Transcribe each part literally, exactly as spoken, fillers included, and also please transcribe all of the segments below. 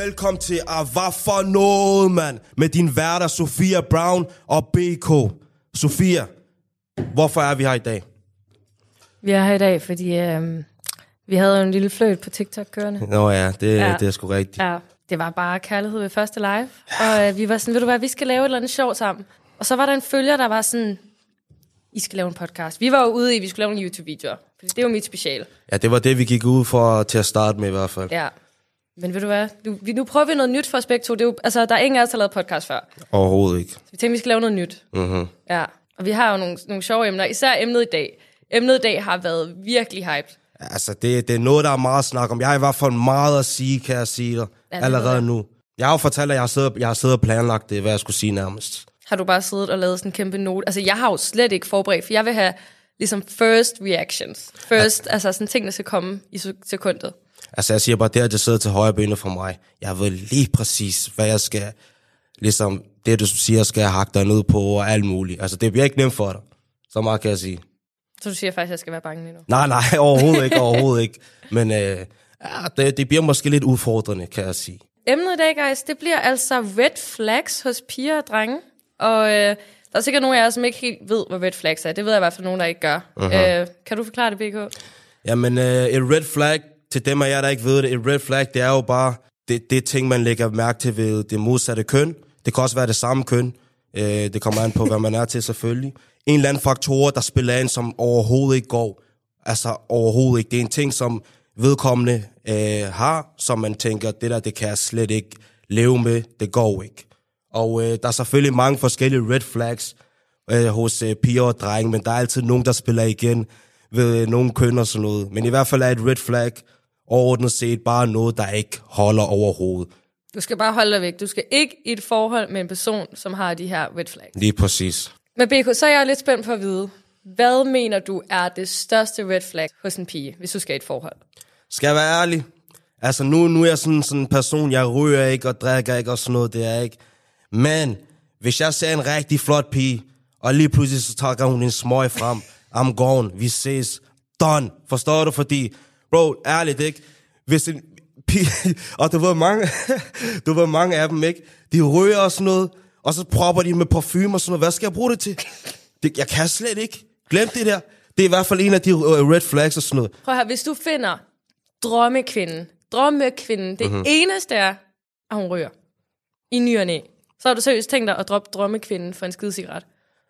velkommen til ah, hvad for noget, mand? Med din værter, Sofia Brown og B K. Sofia, hvorfor er vi her i dag? Vi er her i dag, fordi øh, vi havde jo en lille fløjt på TikTok kørende. Nå ja, det, ja. det er sgu rigtigt. Ja, det var bare kærlighed ved første live. Og øh, vi var sådan, ved du hvad, vi skal lave et eller andet sjov sammen. Og så var der en følger, der var sådan, I skal lave en podcast. Vi var jo ude i, vi skulle lave en YouTube-video. For det er jo mit speciale. Ja, det var det, vi gik ud for til at starte med i hvert fald. Ja, men ved du hvad, nu, vi, nu prøver vi noget nyt for os begge to. Det er jo, altså, der er ingen af os, der har lavet podcast før. Overhovedet ikke. Så vi tænkte, vi skal lave noget nyt. Mm-hmm. Ja, og vi har jo nogle, nogle sjove emner. Især emnet i dag. Emnet i dag har været virkelig hyped. Altså, det, det er noget, der er meget snak om. Jeg har i hvert fald meget at sige, kan jeg sige dig. Ja, allerede nu. Jeg har jo fortalt, at jeg har siddet, jeg har siddet og planlagt det, hvad jeg skulle sige nærmest. Har du bare siddet og lavet sådan en kæmpe note? Altså, jeg har jo slet ikke forberedt, for jeg vil have ligesom first reactions. First, ja. Altså sådan ting, der skal komme i sekundet. Altså, jeg siger bare, det at jeg sidder til højre benet for mig. Jeg ved lige præcis, hvad jeg skal, ligesom det, du siger, skal jeg hakke dig ned på og alt muligt. Altså, det bliver ikke nemt for dig. Så meget kan jeg sige. Så du siger faktisk, at jeg skal være bange lige nu? Nej, nej, overhovedet ikke, overhovedet ikke. Men øh, ja, det, det bliver måske lidt udfordrende, kan jeg sige. Emnet i dag, guys, det bliver altså red flags hos piger og drenge. Og øh, der er sikkert nogen af jer, som ikke helt ved, hvad red flags er. Det ved jeg i hvert fald nogen, der ikke gør. Uh-huh. Øh, kan du forklare det, B K? Jamen, øh, et red flag, til dem af jer, der ikke ved det, et red flag, det er jo bare det, det ting, man lægger mærke til ved det modsatte køn. Det kan også være det samme køn. Øh, det kommer an på, hvad man er til, selvfølgelig. En eller anden faktor, der spiller ind, som overhovedet ikke går. Altså, overhovedet ikke. Det er en ting, som vedkommende øh, har, som man tænker, det der, det kan jeg slet ikke leve med. Det går ikke. Og øh, der er selvfølgelig mange forskellige red flags øh, hos øh, piger og drenge, men der er altid nogen, der spiller igen ved øh, nogle køn og sådan noget. Men i hvert fald er et red flag overordnet set bare noget, der ikke holder overhovedet. Du skal bare holde dig væk. Du skal ikke i et forhold med en person, som har de her red flags. Lige præcis. Men B K, så er jeg lidt spændt på at vide, hvad mener du er det største red flag hos en pige, hvis du skal i et forhold? Skal jeg være ærlig? Altså nu, nu er jeg sådan, sådan en person, jeg ryger ikke og drikker ikke og sådan noget, det er ikke. Men hvis jeg ser en rigtig flot pige, og lige pludselig så tager hun en smøg frem, I'm gone, vi ses, done. Forstår du? Fordi, bro, ærligt ikke, hvis en pige, og du ved mange, du ved mange af dem ikke, de ryger og sådan noget, og så propper de med parfume og sådan noget, hvad skal jeg bruge det til? Det, jeg kan slet ikke. Glem det der. Det er i hvert fald en af de red flags og sådan noget. Prøv her, hvis du finder drømmekvinden, drømmekvinden, det mm-hmm. eneste er, at hun ryger i ny og næ. Så har du seriøst tænkt dig at droppe drømmekvinden for en skide cigaret?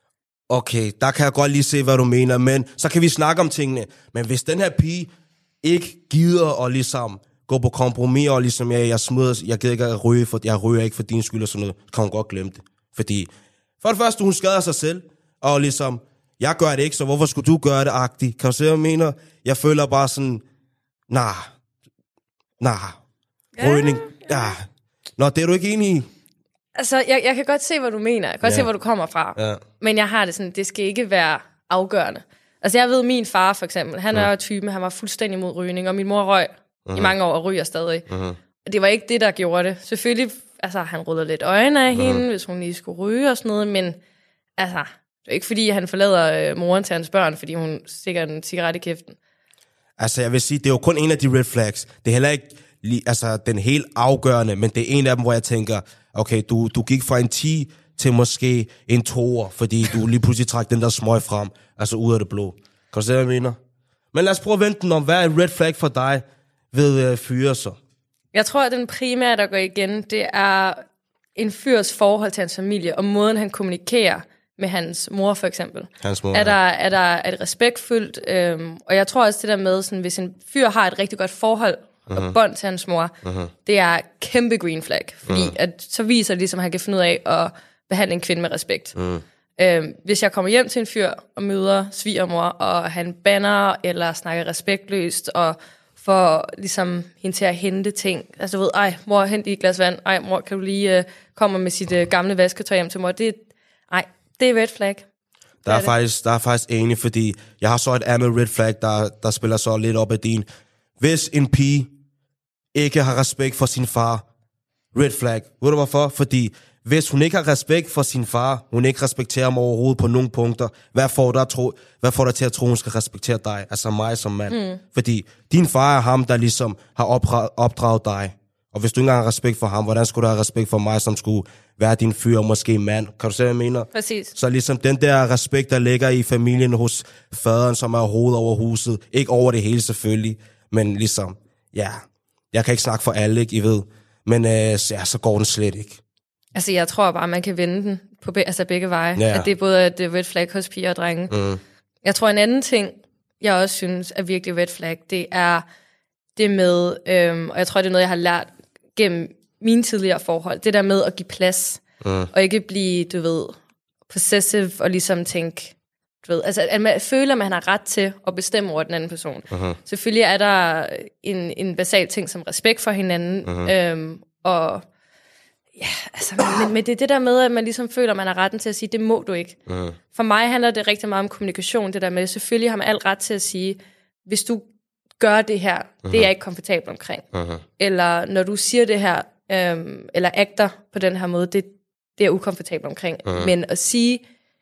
Okay, der kan jeg godt lige se, hvad du mener, men så kan vi snakke om tingene. Men hvis den her pige ikke gider at ligesom gå på kompromis, og ligesom jeg, jeg smider, jeg gider ikke at ryge, for jeg ryger ikke for din skyld og sådan noget, så kan hun godt glemme det. Fordi for det første, hun skader sig selv, og ligesom, jeg gør det ikke, så hvorfor skulle du gøre det agtigt? Kan du se, hvad jeg mener? Jeg føler bare sådan, nah, nah, rygning, ja. ja. Nå, det er du ikke enig i? Altså, jeg, jeg kan godt se, hvad du mener. Jeg kan godt ja. se, hvor du kommer fra. Ja. Men jeg har det sådan, det skal ikke være afgørende. Altså, jeg ved, min far for eksempel, han ja. er jo typen, han var fuldstændig mod rygning, og min mor røg uh-huh. i mange år og ryger stadig. Uh-huh. Og det var ikke det, der gjorde det. Selvfølgelig, altså, han rullede lidt øjne af uh-huh. hende, hvis hun lige skulle ryge og sådan noget, men altså, det er ikke fordi, han forlader øh, moren til hans børn, fordi hun stikker en cigaret i kæften. Altså, jeg vil sige, det er jo kun en af de red flags. Det er heller ikke lige, altså, den helt afgørende, men det er en af dem, hvor jeg tænker, okay, du, du gik fra en ti til måske en toer, fordi du lige pludselig trak den der smøg frem, altså ud af det blå. Kan du se, hvad jeg mener? Men lad os prøve at vente den om, hvad er et red flag for dig ved uh, fyre så? Jeg tror, at den primære, der går igen, det er en fyrs forhold til hans familie, og måden, han kommunikerer med hans mor, for eksempel. Hans mor, er, der, er, der, er det respektfuldt? Øhm, og jeg tror også det der med, sådan, hvis en fyr har et rigtig godt forhold uh-huh. og bånd til hans mor, uh-huh. det er kæmpe green flag. Fordi uh-huh. at, så viser det ligesom, at han kan finde ud af at behandle en kvinde med respekt. Uh-huh. Øhm, hvis jeg kommer hjem til en fyr og møder svigermor, og han banner eller snakker respektløst, og får ligesom hende til at hente ting. Altså du ved, ej mor, hent i et glas vand. Ej mor, kan du lige uh, komme med sit uh, gamle vasketøj hjem til mor? Det, ej, det er red flag. Der er, er faktisk, der er faktisk enig, fordi jeg har så et andet red flag, der, der spiller så lidt op af din. Hvis en pige ikke har respekt for sin far, red flag. Ved du hvorfor? Fordi hvis hun ikke har respekt for sin far, hun ikke respekterer ham overhovedet på nogle punkter, hvad får der, tro, hvad får der til at tro, hun skal respektere dig? Altså mig som mand. Mm. Fordi din far er ham, der ligesom har opdraget dig. Og hvis du ikke engang har respekt for ham, hvordan skulle du have respekt for mig, som skulle være din fyr og måske mand? Kan du se, hvad jeg mener? Præcis. Så ligesom den der respekt, der ligger i familien hos faderen, som er hovedet over huset. Ikke over det hele selvfølgelig, men ligesom, ja, jeg kan ikke snakke for alle, ikke, I ved. Men øh, ja, så går den slet ikke. Altså, jeg tror bare, man kan vende den på be- altså begge veje. Ja. At det er både et red flag hos piger og drenge. Mm. Jeg tror, en anden ting, jeg også synes er virkelig red flag, det er det med, øhm, og jeg tror, det er noget, jeg har lært gennem mine tidligere forhold, det der med at give plads, mm. og ikke blive, du ved, possessive, og ligesom tænke, du ved, altså at man føler, at man har ret til at bestemme over den anden person. Mm-hmm. Selvfølgelig er der en, en basal ting som respekt for hinanden, mm-hmm. øhm, og ja, altså, men, men det er det der med, at man ligesom føler, at man har retten til at sige, det må du ikke. Mm. For mig handler det rigtig meget om kommunikation, det der med, selvfølgelig har man alt ret til at sige, hvis du gør det her, mm-hmm. det er jeg ikke komfortabel omkring. Mm-hmm. Eller når du siger det her, øhm, eller agter på den her måde, det, det er jeg ukomfortabel omkring. Mm-hmm. Men at sige,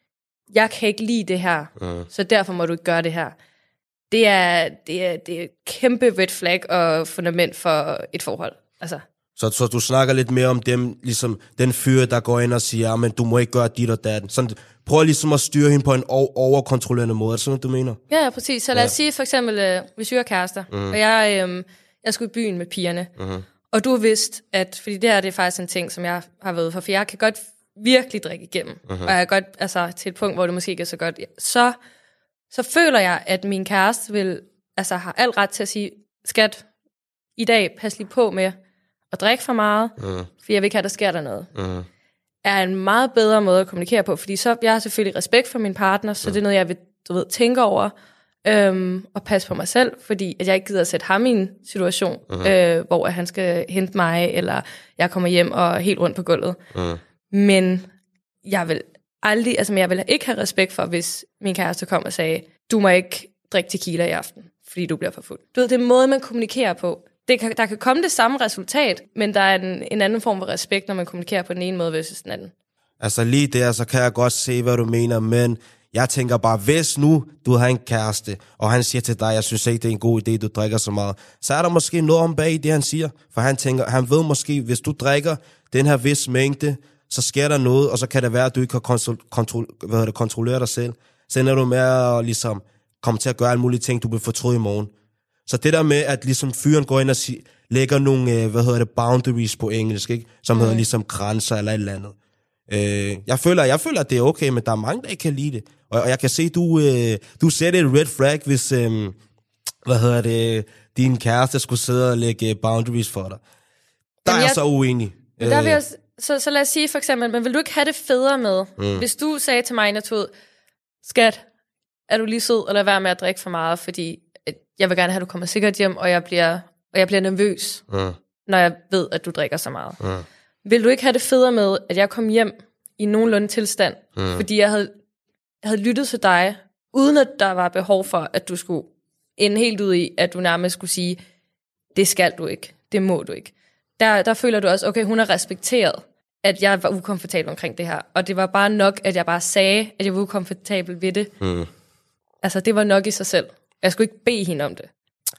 jeg kan ikke lide det her, mm-hmm. så derfor må du ikke gøre det her. Det er, det er, det er et kæmpe red flag og fundament for et forhold. Altså. Så, så du snakker lidt mere om dem, ligesom den fyr, der går ind og siger, ja, men du må ikke gøre dit og dat. Sådan, prøv ligesom at styre hende på en overkontrollerende måde. Er det sådan, du mener? Ja, ja, præcis. Så lad os ja. sige for eksempel, øh, hvis vi er kærester, mm-hmm. og jeg, øh, jeg skulle i byen med pigerne, mm-hmm. og du har vidst, at, fordi det her det er faktisk en ting, som jeg har været for, for jeg kan godt virkelig drikke igennem, mm-hmm. og jeg er godt, altså til et punkt, hvor det måske ikke er så godt, så, så føler jeg, at min kæreste vil, altså har alt ret til at sige, skat, i dag pas lige på med at drikke for meget, mm. for jeg vil ikke have, der sker der noget. Mm. Er en meget bedre måde at kommunikere på, fordi så jeg har selvfølgelig respekt for min partner, så mm. det er noget, jeg vil, du ved, tænke over, øhm, og passe på mig selv, fordi at jeg ikke gider at sætte ham i en situation, mm. øh, hvor han skal hente mig, eller jeg kommer hjem og er helt rundt på gulvet. Mm. Men jeg vil aldrig, altså jeg vil ikke have respekt for, hvis min kæreste kom og sagde, du må ikke drikke tequila i aften, fordi du bliver for fuld. Du ved, det er måde, man kommunikerer på. Det kan, der kan komme det samme resultat, men der er en, en anden form for respekt, når man kommunikerer på den ene måde versus den anden. Altså lige der, så kan jeg godt se, hvad du mener, men jeg tænker bare, hvis nu du har en kæreste, og han siger til dig, jeg synes ikke, det er en god idé, du drikker så meget, så er der måske noget om bag det, han siger. For han tænker, han ved måske, hvis du drikker den her vis mængde, så sker der noget, og så kan det være, at du ikke kan kontrol- kontrol- hvad det, kontrollere dig selv. Så ender du med at ligesom, komme til at gøre alle mulige ting, du vil fortryde i morgen. Så det der med, at ligesom fyren går ind og sig, lægger nogle, hvad hedder det, boundaries på engelsk, ikke? Som mm. hedder ligesom grænser eller et eller andet. Øh, jeg, føler, jeg føler, at det er okay, men der er mange, der ikke kan lide det. Og, og jeg kan se, du, øh, du sætter et red flag, hvis, øh, hvad hedder det, din kæreste skulle sidde og lægge boundaries for dig. Der Jamen, er jeg så uenig. Men der vil jeg, så, så lad os sige for eksempel, men vil du ikke have det federe med, mm. hvis du sagde til mig, Natud, skat, er du lige sød, og lad være med at drikke for meget, fordi jeg vil gerne have, at du kommer sikkert hjem, og jeg bliver, og jeg bliver nervøs, mm. når jeg ved, at du drikker så meget. Mm. Vil du ikke have det federe med, at jeg kom hjem i nogenlunde tilstand, mm. fordi jeg havde, jeg havde lyttet til dig, uden at der var behov for, at du skulle ende helt ud i, at du nærmest skulle sige, det skal du ikke, det må du ikke. Der, der føler du også, okay, hun har respekteret, at jeg var ukomfortabel omkring det her, og det var bare nok, at jeg bare sagde, at jeg var ukomfortabel ved det. Mm. Altså, det var nok i sig selv. Jeg skulle ikke bede hende om det.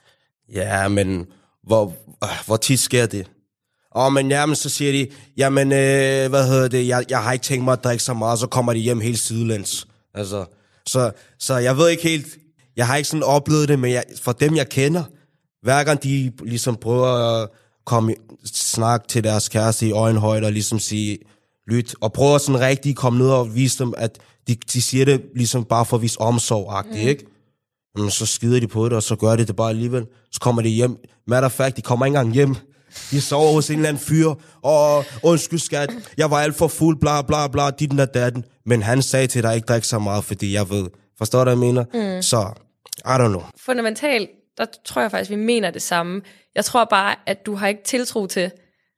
Ja, men hvor, hvor tit sker det? Åh, oh, men jamen, så siger de, jamen, øh, hvad hedder det, jeg, jeg har ikke tænkt mig at drikke så meget, så kommer de hjem helt sidelæns. Altså, så, så jeg ved ikke helt, jeg har ikke sådan oplevet det, men jeg, for dem, jeg kender, hver gang de ligesom prøver at komme, snakke til deres kæreste i øjenhøjde og ligesom sige, lyt, og prøver sådan rigtig komme ned og vise dem, at de, de siger det ligesom bare for at vise omsorg-agtigt, mm. ikke? Men så skider de på det, og så gør de det bare alligevel. Så kommer de hjem. Matter of fact, de kommer ikke engang hjem. De sover hos en eller anden fyr. Og undskyld skat, jeg var alt for fuld, bla bla bla, dit og datten. Men han sagde til dig, ikke drikke så meget, fordi jeg ved. Forstår du, hvad jeg mener? Mm. Så, I don't know. Fundamentalt, der tror jeg faktisk, vi mener det samme. Jeg tror bare, at du har ikke tiltro til,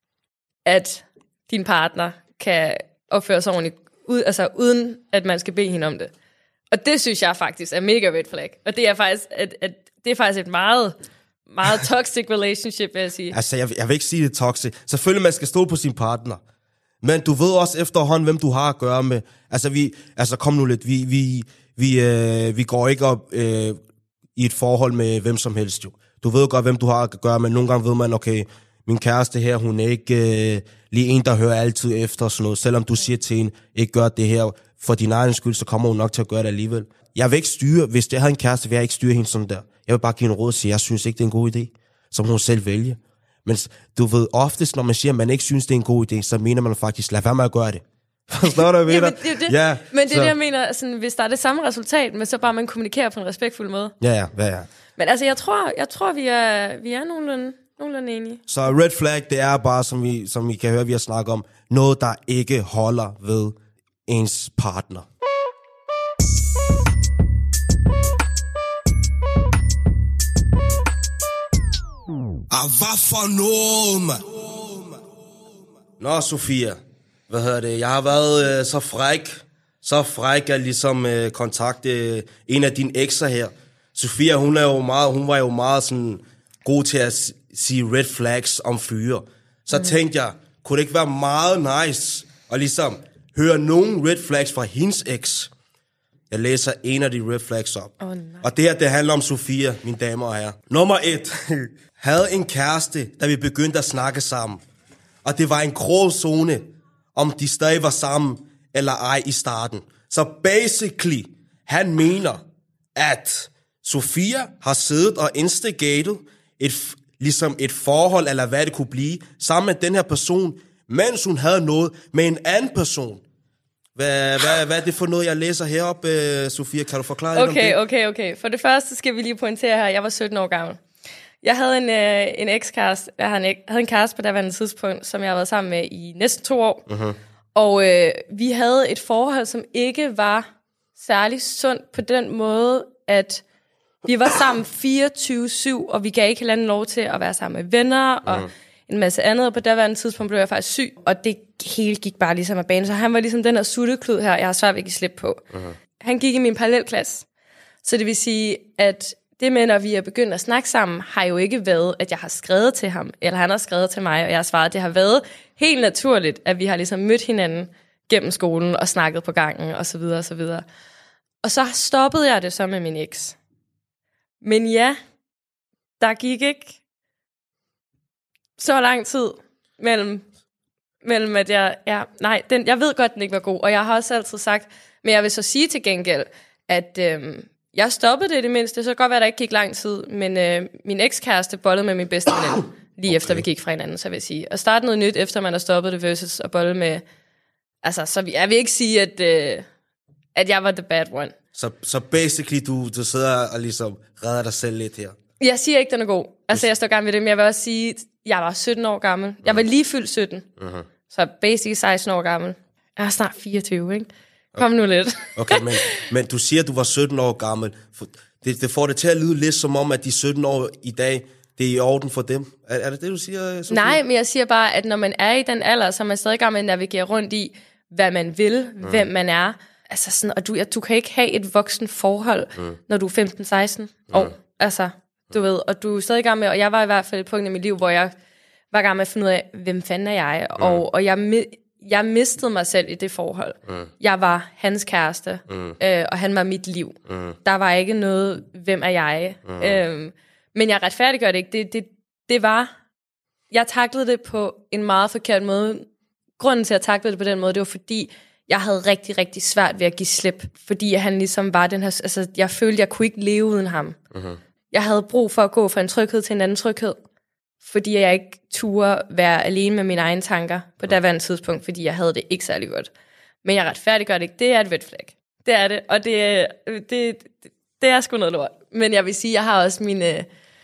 at din partner kan opføre sig ordentligt, ud, altså uden at man skal bede hende om det. Og det synes jeg faktisk er mega red flag. Og det er faktisk, at, at det er faktisk et meget, meget toxic relationship, vil jeg sige. Altså, jeg, jeg vil ikke sige det toxic. Selvfølgelig, man skal stole på sin partner. Men du ved også efterhånden, hvem du har at gøre med. Altså, vi, altså kom nu lidt. Vi, vi, vi, øh, vi går ikke op øh, i et forhold med hvem som helst, jo. Du ved godt, hvem du har at gøre med. Nogle gange ved man, okay, min kæreste her, hun er ikke øh, lige en, der hører altid efter og sådan noget. Selvom du siger til hende, ikke gør det her for din egen skyld, så kommer hun nok til at gøre det alligevel. Jeg vil ikke styre, hvis jeg havde en kæreste, vil jeg ikke styre hende sådan der. Jeg vil bare give en råd og sige, jeg synes ikke, det er en god idé, som hun selv vælger. Men du ved, oftest, når man siger, at man ikke synes, det er en god idé, så mener man faktisk, lad være med at gøre det. Forstår du, hvad jeg mener? Ja, men det, det, ja, men det er det, jeg mener, sådan, hvis der er det samme resultat, men så bare man kommunikerer på en respektfuld måde. Ja, ja, hvad er? Men altså, jeg tror, jeg tror vi er, vi er nogenlunde, nogenlunde enige. Så red flag, det er bare, som vi, som vi kan høre, vi har snakket om, noget, der ikke holder ved ens partner. Ah, hvad for noget, man? Nå, Sofia, hvad hedder det? Jeg har været øh, så fræk, så fræk at ligesom øh, kontakte øh, en af dine ekser her. Sofia, hun er jo meget, hun var jo meget sådan god til at sige red flags om fyre. Så mm. tænkte jeg, kunne det ikke være meget nice at ligesom høre nogle red flags fra hendes eks? Jeg læser en af de red flags op. Oh, og det her, det handler om Sofia, mine damer og herrer. Nummer et. Havde en kæreste, da vi begyndte at snakke sammen. Og det var en grå zone, om de stadig var sammen eller ej i starten. Så basically, han mener, at Sofia har siddet og instigated et, ligesom et forhold, eller hvad det kunne blive, sammen med den her person, mens hun havde noget med en anden person. Hvad, hvad, hvad er det for noget, jeg læser heroppe, uh, Sofia? Kan du forklare lidt okay, om det? Okay, okay, For det første skal vi lige pointere her, jeg var sytten år gammel. Jeg havde en, øh, en ekskæreste, jeg havde en, havde en kæreste på daværende tidspunkt, som jeg har været sammen med i næsten to år. Uh-huh. Og øh, vi havde et forhold, som ikke var særlig sundt på den måde, at vi var sammen fireogtyve syv, og vi gav ikke hinanden lov til at være sammen med venner, og uh-huh. en masse andet. Og på daværende tidspunkt blev jeg faktisk syg, og det hele gik bare ligesom af banen. Så han var ligesom den her sutteklud her, jeg har svært ved at give slip på. Uh-huh. Han gik i min parallelklasse. Så det vil sige, at det med, når vi er begyndt at snakke sammen, har jo ikke været, at jeg har skrevet til ham, eller han har skrevet til mig, og jeg har svaret. Det har været helt naturligt, at vi har ligesom mødt hinanden gennem skolen og snakket på gangen, og så videre, og så videre. Og så stoppede jeg det så med min eks. Men ja, der gik ikke så lang tid mellem, mellem at jeg... Ja, nej, den, jeg ved godt, den ikke var god, og jeg har også altid sagt, men jeg vil så sige til gengæld, at... Øhm, jeg stoppede det i det mindste, så kan godt være, at der ikke gik lang tid, men øh, min ekskæreste bollede med min bedste veninde, lige okay. efter vi gik fra hinanden, så vil jeg sige. Og starte noget nyt, efter man har stoppet det, versus at bolle med... Altså, så jeg vil ikke sige, at, øh, at jeg var the bad one. Så, så basically, du, du sidder og ligesom redder dig selv lidt her? Jeg siger ikke, den er god. Altså, jeg står gerne ved det, men jeg vil også sige, at jeg var sytten år gammel. Jeg var lige fyldt sytten. Uh-huh. Så basically seksten år gammel. Jeg er snart fireogtyve, ikke? Kom nu lidt. Okay, men, men du siger, at du var sytten år gammel. Det, det får det til at lyde lidt som om, at de sytten år i dag, det er i orden for dem. Er, er det det, du siger, Sofie? Nej, men jeg siger bare, at når man er i den alder, så er man stadig gang med at navigere rundt i, hvad man vil, mm. hvem man er. Altså sådan, og du, du kan ikke have et voksen forhold, mm. når du er femten seksten år. Mm. Altså, du ved, og du er stadig gang med, og jeg var i hvert fald et punkt i mit liv, hvor jeg var gang med at finde ud af, hvem fanden er jeg? Mm. Og, og jeg... Jeg mistede mig selv i det forhold. Mm. Jeg var hans kæreste, mm. øh, og han var mit liv. Mm. Der var ikke noget, hvem er jeg? Mm. Øhm, men jeg retfærdiggør det ikke. Det, det, det var... Jeg taklede det på en meget forkert måde. Grunden til, at jeg taklede det på den måde, det var fordi, jeg havde rigtig, rigtig svært ved at give slip. Fordi han ligesom var den her... Altså, jeg følte, jeg kunne ikke leve uden ham. Mm. Jeg havde brug for at gå fra en tryghed til en anden tryghed. Fordi jeg ikke turde være alene med mine egne tanker på daværende tidspunkt, fordi jeg havde det ikke særlig godt. Men jeg retfærdiggør det ikke. Det er et red flag. Det er det, og det, det, det er sgu noget lort. Men jeg vil sige, jeg har også mine,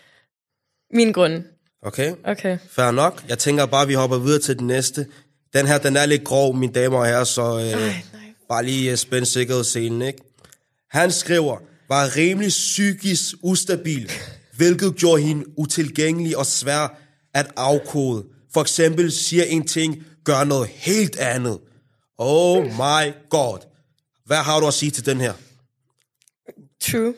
mine grunde. Okay. Okay. Fair nok. Jeg tænker bare, at vi hopper videre til den næste. Den her, den er lidt grov, mine damer og herrer, så øh, Ej, nej. bare lige uh, spænd sikkerhedsscenen, ikke? Han skriver, var rimelig psykisk ustabil, hvilket gjorde hende utilgængelig og svær at afkode. For eksempel siger en ting, gør noget helt andet. Oh my god. Hvad har du at sige til den her? True.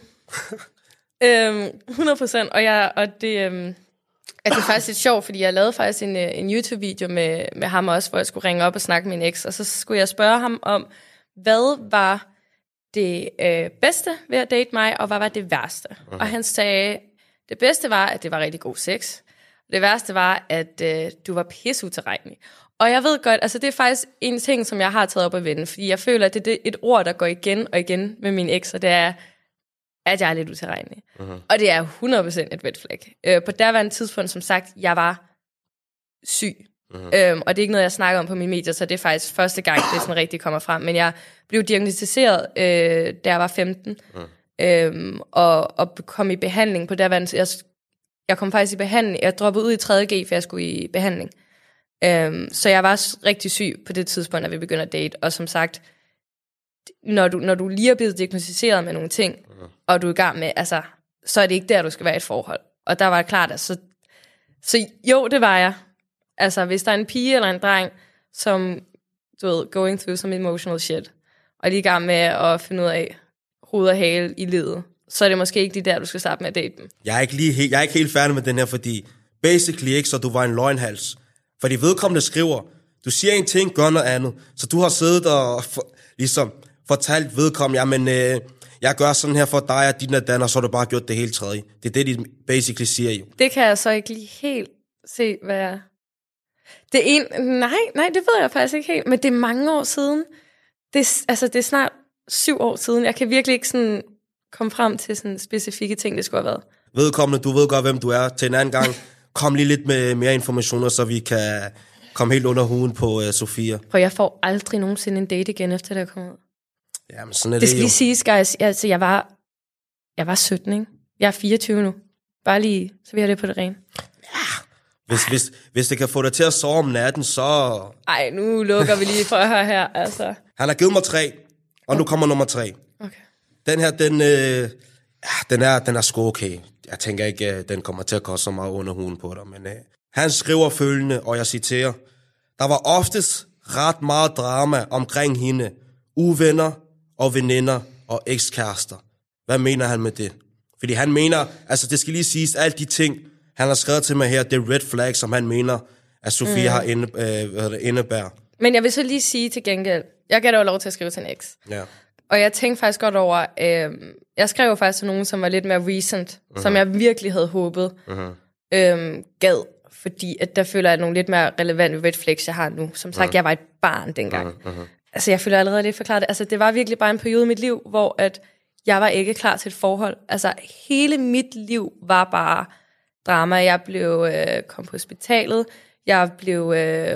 øhm, hundrede procent. Og, jeg, og det, øhm, det er faktisk lidt sjovt, fordi jeg lavede faktisk en, en YouTube-video med, med ham også, hvor jeg skulle ringe op og snakke med min eks. Og så skulle jeg spørge ham om, hvad var det øh, bedste ved at date mig, og hvad var det værste? Uh-huh. Og han sagde, det bedste var, at det var rigtig god sex. Det værste var, at øh, du var pisseutilregnelig. Og jeg ved godt, altså det er faktisk en ting, som jeg har taget op at vende, fordi jeg føler, at det er et ord, der går igen og igen med min eks, og det er, at jeg er lidt utilregnelig. Uh-huh. Og det er hundrede procent et red flag. Øh, på derværende tidspunkt, som sagt, jeg var syg. Uh-huh. Øhm, og det er ikke noget, jeg snakker om på mine medier, så det er faktisk første gang, det sådan rigtig kommer frem. Men jeg blev diagnosticeret, øh, da jeg var femten, uh-huh. øhm, og, og kom i behandling på derværende. Jeg, jeg kom faktisk i behandling. Jeg droppede ud i tredje G, for jeg skulle i behandling. Øhm, så jeg var rigtig syg på det tidspunkt, da vi begyndte at date. Og som sagt, når du, når du lige er blevet diagnosticeret med nogle ting, uh-huh. og du er i gang med, altså, så er det ikke der, du skal være i et forhold. Og der var det klart, altså, så jo, det var jeg. Altså, hvis der er en pige eller en dreng, som, du ved, going through some emotional shit, og er lige i gang med at finde ud af hoved og hale i livet, så er det måske ikke lige der, du skal starte med at date dem. Jeg er ikke, lige helt, jeg er ikke helt færdig med den her, fordi basically ikke, så du var en løgnhals. Fordi vedkommende skriver, du siger en ting, gør noget andet. Så du har siddet og for, ligesom fortalt vedkommende, jamen, øh, jeg gør sådan her for dig, og din og den, og så har du bare gjort det hele tredje. Det er det, de basically siger jo. Det kan jeg så ikke lige helt se, hvad jeg... Det er en... Nej, nej, det ved jeg faktisk ikke helt, men det er mange år siden. Det er, altså, det er snart syv år siden. Jeg kan virkelig ikke sådan komme frem til sådan specifikke ting, det skulle have været. Vedkommende, du ved godt, hvem du er. Til en anden gang, kom lige lidt med mere informationer, så vi kan komme helt under huden på uh, Sofia. For jeg får aldrig nogensinde en date igen, efter det er kommet ud. Jamen, sådan er det, det skal jo. lige siges, guys. Altså, jeg var, jeg var sytten, ikke? Jeg er fireogtyve nu. Bare lige, så vi har det på det rene. Ja. Hvis, hvis, hvis det kan få dig til at sove om natten, så... Ej, nu lukker vi lige for at høre her, altså. Han har givet mig tre, og nu kommer nummer tre. Okay. Den her, den, øh, ja, den er, den er sgu okay. Jeg tænker ikke, at den kommer til at koste så meget under huden på dig, men øh, han skriver følgende, og jeg citerer: der var oftest ret meget drama omkring hende. Uvenner og veninder og ekskærester. Hvad mener han med det? Fordi han mener, altså det skal lige siges, alt de ting, han har skrevet til mig her, det er red flag, som han mener, at Sofia mm. har inde, øh, hvad det indebærer. Men jeg vil så lige sige til gengæld, jeg gav dig jo lov til at skrive til en eks. Ja. Og jeg tænkte faktisk godt over, øh, jeg skrev faktisk til nogen, som var lidt mere recent, uh-huh. som jeg virkelig havde håbet uh-huh. øh, gad. Fordi at der føler jeg nogle lidt mere relevante red flags, jeg har nu. Som sagt, uh-huh. jeg var et barn dengang. Uh-huh. Altså jeg føler allerede lidt forklaret det. Altså det var virkelig bare en periode i mit liv, hvor at jeg var ikke klar til et forhold. Altså hele mit liv var bare drama. Jeg blev øh, kom på hospitalet. Jeg blev øh,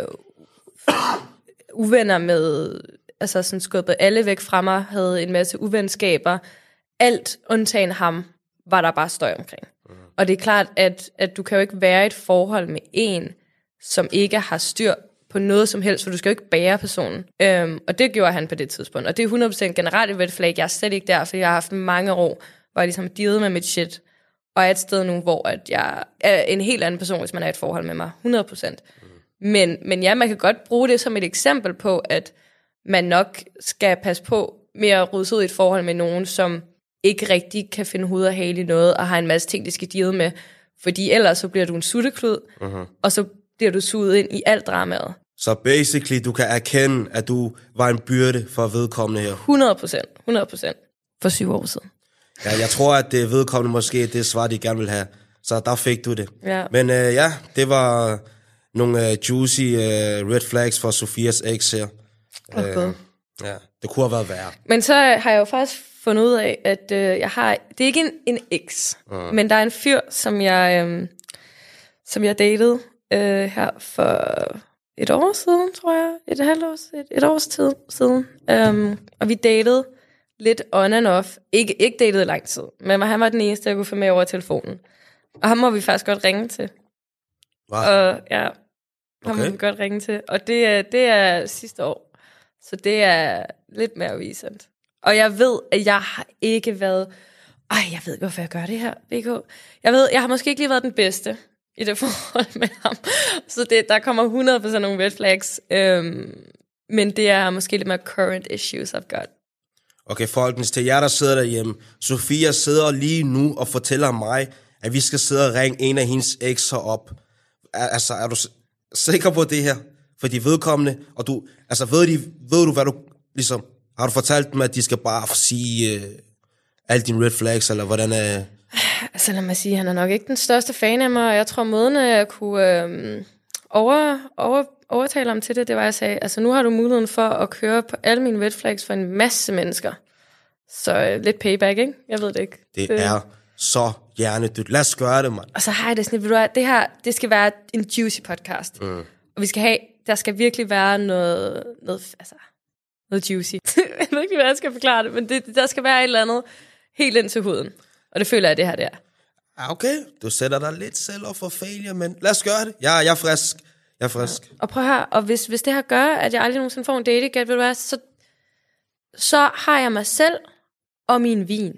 uvenner med, altså sådan skubbet alle væk fra mig, havde en masse uvenskaber. Alt undtagen ham, var der bare støj omkring. Mm. Og det er klart, at, at du kan jo ikke være i et forhold med en, som ikke har styr på noget som helst, for du skal jo ikke bære personen. Øhm, og det gjorde han på det tidspunkt. Og det er hundrede procent generelt et red flag. Jeg er slet ikke der, for jeg har haft mange år, hvor jeg ligesom dealede med mit shit. Og er et sted nu, hvor at jeg er en helt anden person, hvis man er i et forhold med mig. hundrede procent. Mm. Men, men ja, man kan godt bruge det som et eksempel på, at man nok skal passe på med at rydde sig ud i et forhold med nogen, som ikke rigtig kan finde hoved og hale i noget, og har en masse ting, de skal deale med. Fordi ellers så bliver du en sutteklud, uh-huh. og så bliver du suget ind i alt dramaet. Så basically, du kan erkende, at du var en byrde for vedkommende her. hundrede procent. hundrede procent. For syv år siden. Ja, jeg tror, at det vedkommende måske det svar, de gerne vil have. Så der fik du det. Ja. Men uh, ja, det var nogle uh, juicy uh, red flags for Sofias ex her. Okay. Uh, ja, det kunne have været værre. Men så har jeg jo faktisk fundet ud af, at uh, jeg har... Det er ikke en, en ex, uh. men der er en fyr, som jeg, um, som jeg datede uh, her for et år siden, tror jeg. Et halvt år, et, et års tid siden. Um, og vi datede lidt on and off. Ikke, ikke datede lang tid, men han var den eneste, jeg kunne få med over telefonen. Og ham må vi faktisk godt ringe til. Wow. Og ja, ham okay. må vi godt ringe til. Og det er, det er sidste år. Så det er lidt mere recent. Og jeg ved, at jeg har ikke været... Ej, jeg ved ikke, hvorfor jeg gør det her, B K. Jeg ved, jeg har måske ikke lige været den bedste i det forhold med ham. Så det, der kommer hundrede procent nogle red flags. Øhm, men det er måske lidt mere current issues, I've got. Okay, folkens, til jer, der sidder derhjemme. Sofia sidder lige nu og fortæller mig, at vi skal sidde og ringe en af hendes ekser op. Altså, er du sikker på det her? For de vedkommende, og du, altså ved, de, ved du, hvad du, ligesom, har du fortalt dem, at de skal bare sige uh, alle dine red flags, eller hvordan er... altså lad mig sige, han er nok ikke den største fan af mig, og jeg tror måden, at jeg kunne øhm, over, over, overtale ham til det, det var, at jeg sagde, altså nu har du muligheden for at køre på alle mine red flags for en masse mennesker. Så øh, lidt payback, ikke? Jeg ved det ikke. Det, det er så hjernedødt. Lad os gøre det, mand. Og så har jeg det sådan, ved du hvad, det her, det skal være en juicy podcast. Mm. Og vi skal have, der skal virkelig være noget, noget altså, noget juicy. Jeg ved ikke, hvordan jeg skal forklare det, men det, der skal være et eller andet helt ind til huden. Og det føler jeg, det her der. Okay, du sætter dig lidt selv op for failure, men lad os gøre det. Ja, jeg er frisk. Jeg er frisk. Ja. Og prøv her, og hvis, hvis det her gør, at jeg aldrig nogensinde får en date igen, ved du hvad, så, så har jeg mig selv og min vin.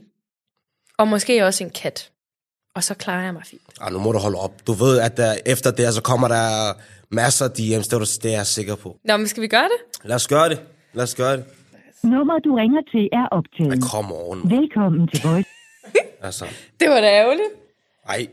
Og måske også en kat. Og så klarer jeg mig fint. Ah, nu må du holde op. Du ved, at der, efter det, så kommer der masser af D M's, det, det er jeg sikker på. Nå, men skal vi gøre det? Lad os gøre det. Lad os gøre det. Nummer, du ringer til, er optaget. Ej, come on. Velkommen til Voice. Altså. Det var da ærgerligt. Ej.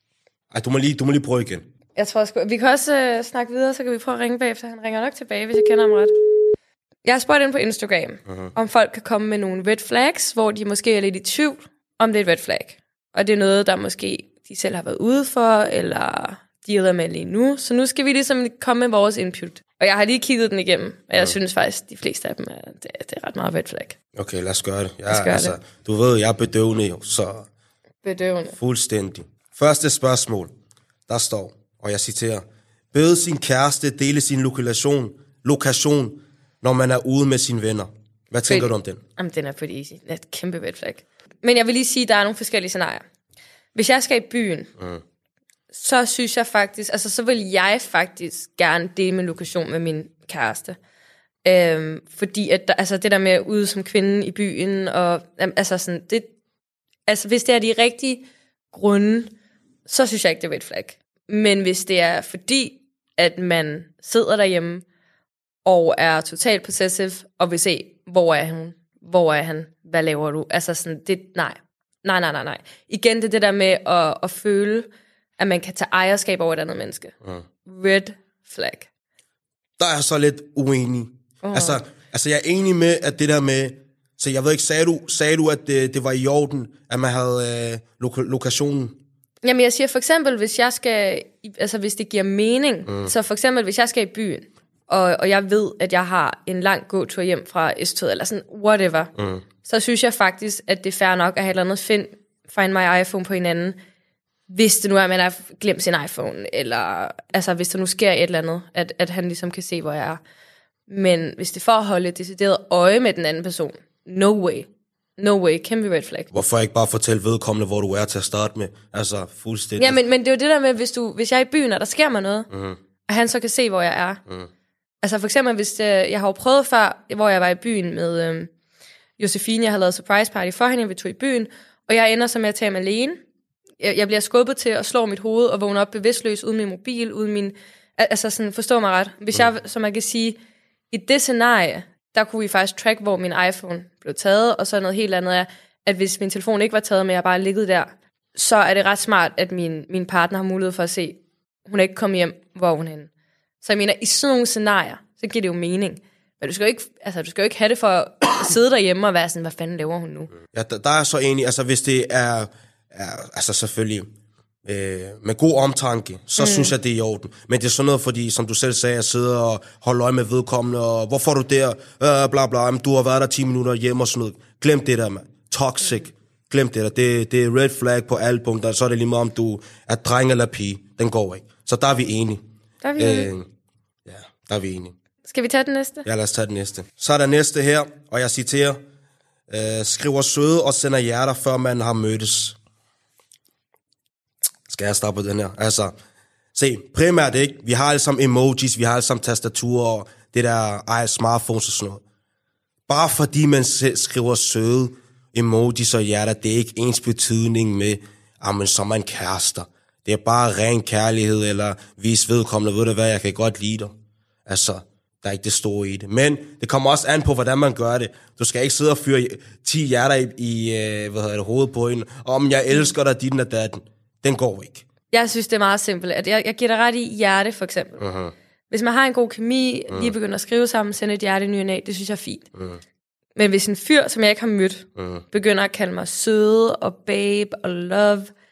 Ej, du må lige, du må lige prøve igen. Jeg tror sgu... Vi kan også øh, snakke videre, så kan vi prøve at ringe bagefter. Han ringer nok tilbage, hvis jeg kender ham ret. Jeg har spurgt ind på Instagram, uh-huh. om folk kan komme med nogle red flags, hvor de måske er lidt i tvivl, om det er et red flag. Og det er noget, der måske de selv har været ude for, eller dealer med lige nu. Så nu skal vi ligesom komme med vores input. Og jeg har lige kigget den igennem, og jeg uh-huh. synes faktisk, de fleste af dem, er, det, det er ret meget red flag. Okay, lad os gøre det. Ja, gøre altså, det. Du ved, jeg er bedøvende jo, så... Bedøvende. Fuldstændig. Første spørgsmål, der står, og jeg citerer, bede sin kæreste dele sin lokation, lokation, når man er ude med sine venner. Hvad tænker pretty. du om den? Jamen, den er pretty easy. Det er et kæmpe red flag. Men jeg vil lige sige, at der er nogle forskellige scenarier. Hvis jeg skal i byen, mm. så synes jeg faktisk, altså så vil jeg faktisk gerne dele min lokation med min kæreste. Øhm, fordi at der, altså det der med at ude som kvinde i byen, og altså sådan, det, altså hvis det er de rigtige grunde, så synes jeg ikke, det er red flag. Men hvis det er fordi, at man sidder derhjemme, og er totalt possessive, og vil se, hvor er han, hvor er han, hvad laver du? Altså sådan, det, nej. Nej, nej, nej, nej. Igen, det er det der med at, at føle, at man kan tage ejerskab over et andet menneske. Mm. Red flag. Der er jeg så lidt uenig. Oh. Altså, altså, jeg er enig med, at det der med, så jeg ved ikke, sagde du, sagde du at det, det var i orden, at man havde øh, loka- lokationen? Jamen, jeg siger for eksempel, hvis jeg skal, altså hvis det giver mening, mm. så for eksempel, hvis jeg skal i byen, og, og jeg ved, at jeg har en lang gåtur hjem fra S-toget, eller sådan, whatever, mm. så synes jeg faktisk, at det er fair nok at have et eller andet find, find my iPhone på hinanden, hvis det nu er, at man har glemt sin iPhone, eller altså, hvis der nu sker et eller andet, at, at han ligesom kan se, hvor jeg er. Men hvis det er for at holde et decideret øje med den anden person, no way. No way, kæmpe red flag. Hvorfor ikke bare fortælle vedkommende, hvor du er til at starte med? Altså, fuldstændig. Ja, men, men det er jo det der med, hvis, du, hvis jeg er i byen, og der sker mig noget, mm. og han så kan se, hvor jeg er. Mm. Altså for eksempel, hvis øh, jeg har jo prøvet før, hvor jeg var i byen med øh, Josefine, jeg har lavet surprise party for hende, vi tog i byen, og jeg ender så med at tage mig alene. Jeg, jeg bliver skubbet til at slå mit hoved og vågne op bevidstløs uden min mobil, uden min... Altså sådan, forstå mig ret. Hvis mm. jeg, som man kan sige, i det scenarie, der kunne vi faktisk track, hvor min iPhone blev taget, og så noget helt andet er, at hvis min telefon ikke var taget, men jeg bare liggede der, så er det ret smart, at min, min partner har mulighed for at se, hun er ikke kommet hjem, hvor hun er henne. Så jeg mener, i sådan nogle scenarier, så giver det jo mening. Men du skal jo ikke, altså, du skal jo ikke have det for at sidde derhjemme og være sådan, hvad fanden laver hun nu? Ja, der, der er så enig, altså hvis det er, er altså selvfølgelig, øh, med god omtanke, så mm. synes jeg, det er i orden. Men det er sådan noget, fordi, som du selv sagde, at sidde og holde øje med vedkommende, og hvorfor er du der, øh, bla bla, men du har været der ti minutter hjemme og sådan noget. Glem det der, man. Toxic. Glem det der. Det, det er red flag på alle punkter, så er det lige meget, om du er dreng eller pige. Den går ikke. Så der er vi enige. Der er vi enige. Øh, ja, der er vi enige. Skal vi tage den næste? Ja, lad os tage den næste. Så er der næste her, og jeg citerer, øh, skriver søde og sender hjerter, før man har mødtes. Skal jeg starte på den her? Altså, se, primært ikke. Vi har alle sammen emojis, vi har alle sammen tastaturer og det der ej, smartphones og sådan noget. Bare fordi man skriver søde emojis og hjerter, det er ikke ens betydning med, at man så er man kærester. Det er bare ren kærlighed, eller vis vedkommende, ved du hvad, jeg kan godt lide dig. Altså, der er ikke det store i det. Men det kommer også an på, hvordan man gør det. Du skal ikke sidde og fyre ti hjerter i, i hvad hedder det, hovedet på hende, om jeg elsker dig, din og datten. Den går ikke. Jeg synes, det er meget simpelt. At jeg, jeg giver dig ret i hjerte, for eksempel. Uh-huh. Hvis man har en god kemi, uh-huh. lige begynder at skrive sammen, sende et hjerte i ny og næ, det synes jeg er fint. Uh-huh. Men hvis en fyr, som jeg ikke har mødt, uh-huh. begynder at kalde mig søde og babe og love,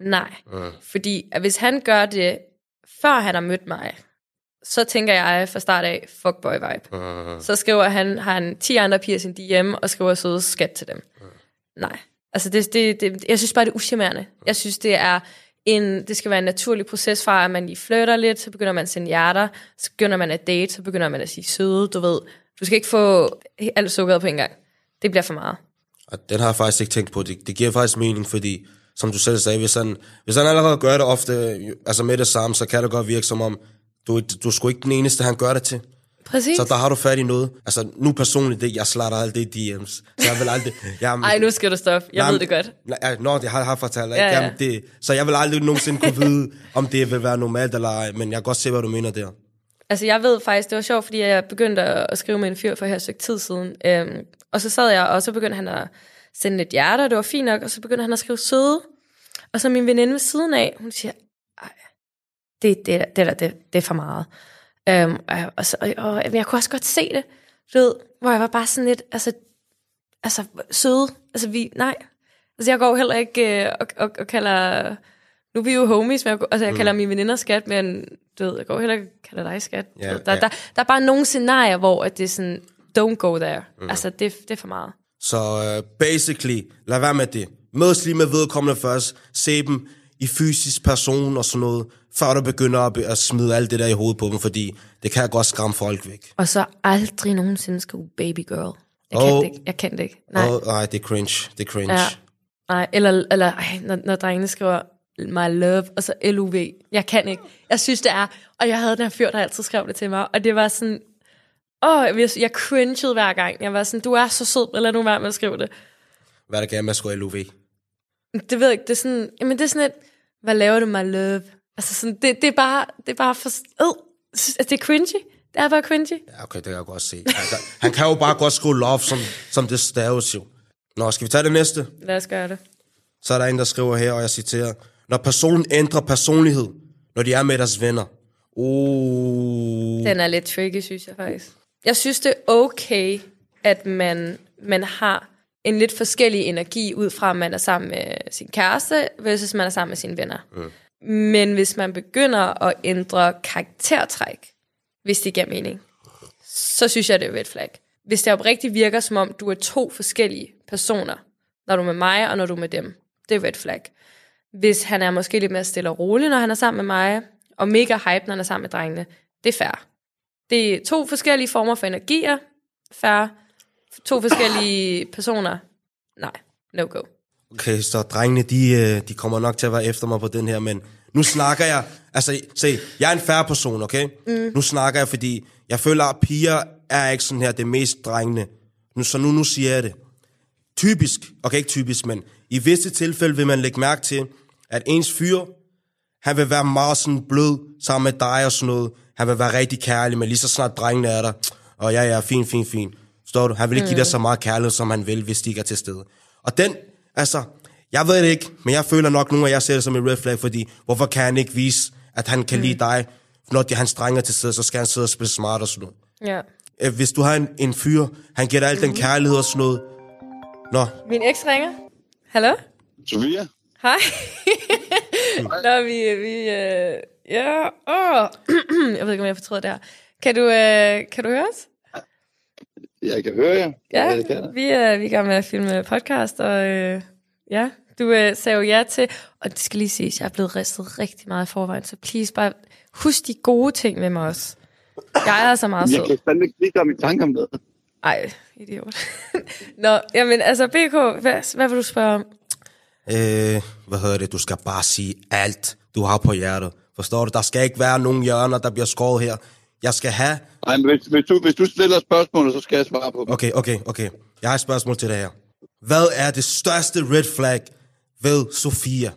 Nej, mm. fordi at hvis han gør det, før han har mødt mig, så tænker jeg fra start af, fuckboy vibe. Mm. Så skriver han, har han ti andre piger i sin D M, og skriver søde skat til dem. Mm. Nej, altså det, det, det, jeg synes bare, det er uschammerende. Mm. Jeg synes, det er en, det skal være en naturlig proces fra, at man lige flytter lidt, så begynder man at sende hjerter, så begynder man at date, så begynder man at sige søde, du ved. Du skal ikke få alt sukkeret på en gang. Det bliver for meget. Og den har jeg faktisk ikke tænkt på. Det, det giver faktisk mening, fordi, som du selv sagde, hvis han, hvis han allerede gør det ofte, altså med det samme, så kan det godt virke som om, du, du er sgu ikke den eneste, han gør det til. Præcis. Så der har du fat i noget. Altså nu personligt, det, jeg slatter aldrig i D M's. Så jeg vil aldrig... Jamen, Ej, nu skal du stoppe. Jeg jamen, ved det godt. Nå, det har jeg fortalt. Ja, ja. Jamen, det, så jeg vil aldrig nogensinde kunne vide, om det vil være normalt eller ej. Men jeg kan godt se, hvad du mener der. Altså jeg ved faktisk, det var sjovt, fordi jeg begyndte at skrive med en fyr for her et stykke tid siden. Øhm, og så sad jeg, og så begyndte han at sende lidt hjerter, det var fint nok, og så begyndte han at skrive søde. Og så min veninde ved siden af, hun siger, ej, det, det, det, det, det, det er for meget. Øhm, og, jeg, og, så, og, og jeg kunne også godt se det, du ved, hvor jeg var bare sådan lidt, altså, altså søde, altså vi, nej. Altså jeg går heller ikke øh, og, og, og kalder, nu er vi jo homies, men jeg, altså jeg mm. kalder mine veninder skat, men du ved, jeg går heller ikke og kalder dig skat. Yeah, der, yeah. der, der er bare nogle scenarier, hvor at det er sådan, don't go there. Mm. Altså det, det er for meget. Så uh, basically, lad være med det. Mødes lige med vedkommende først, se dem i fysisk person og sådan noget, før du begynder at, at smide alt det der i hovedet på dem, fordi det kan godt skræmme folk væk. Og så aldrig nogensinde skrive baby girl. Jeg oh, kan det ikke. Jeg kan det ikke. Nej. Oh, nej, det er cringe. Det er cringe. Ja. Nej, eller, eller ej, når, når drengene skriver my love, og så L U V. Jeg kan ikke. Jeg synes, det er... Og jeg havde den her fyr, der altid skrev det til mig, og det var sådan... Åh, jeg, jeg cringede hver gang. Jeg var sådan, du er så sød, men lad nu være med at skrive det. Hvad er der gerne med at skrive L U V? Det ved jeg ikke, det er sådan... Jamen, det er sådan et... Hvad laver du, my love? Altså sådan, det, det er bare... Det er bare for... Øh, det er cringy. Det er bare cringy. Ja, okay, det kan jeg godt se. Han kan, han kan jo bare godt skrive love, som, som det staves jo. Nå, skal vi tage det næste? Lad os gøre det. Så er der en, der skriver her, og jeg citerer, når personen ændrer personlighed, når de er med deres venner. Uh. Den er lidt tricky, synes jeg faktisk. Jeg synes, det er okay, at man, man har en lidt forskellig energi ud fra, at man er sammen med sin kæreste, versus man er sammen med sine venner. Mm. Men hvis man begynder at ændre karaktertræk, hvis det giver mening, så synes jeg, det er red flag. Hvis det oprigtigt virker, som om du er to forskellige personer, når du er med mig, og når du er med dem, det er red flag. Hvis han er måske lidt mere stille og rolig, når han er sammen med mig, og mega hype, når han er sammen med drengene, det er fair. Det er to forskellige former for energier, fair. To forskellige personer, nej, no go. Okay, så drengene, de, de kommer nok til at være efter mig på den her, men nu snakker jeg, altså se, jeg er en fair person, okay? Mm. Nu snakker jeg, fordi jeg føler, at piger er ikke sådan her det mest drengene. Nu, så nu, nu siger jeg det. Typisk, okay ikke typisk, men i visse tilfælde vil man lægge mærke til, at ens fyr, han vil være meget sådan blød sammen med dig og sådan noget. Han vil være rigtig kærlig, men lige så snart drengene er der, og ja, ja, fint, fint, fint. Forstår du? Han vil ikke give dig så meget kærlighed, som han vil, hvis de ikke er til stede. Og den, altså, jeg ved det ikke, men jeg føler nok nogle af jer ser det som en red flag, fordi hvorfor kan han ikke vise, at han kan mm. lide dig? Når de, hans drenge er til stede, så skal han sidde og spille smart og sådan noget. Ja. Hvis du har en, en fyr, han giver dig al den kærlighed og sådan noget. Nå. Min eks ringer. Hallo? Sofia? Hej. Nå, vi... vi øh, ja, åh. Jeg ved ikke, om jeg fortryder det her. Kan du, øh, kan du høre os? Jeg kan høre jer. Ja, ja det kan jeg. vi, er, vi er i gang med at filme podcast, og øh, ja, du øh, sagde jo ja til, og det skal lige siges, jeg er blevet ristet rigtig meget i forvejen, så please bare husk de gode ting med mig også. Jeg er så meget sød. Jeg kan fandme ikke lige komme i tanke om det. Ej, idiot. Nå, jamen altså, B K, hvad, hvad vil du spørge om? Øh, hvad hedder det? Du skal bare sige alt, du har på hjertet. Forstår du? Der skal ikke være nogen hjørner, der bliver skåret her. Jeg skal have... Nej, men hvis, hvis, du, hvis du stiller spørgsmål, så skal jeg svare på dem. Okay, okay, okay. Jeg har et spørgsmål til dig her. Hvad er det største red flag ved Sofia?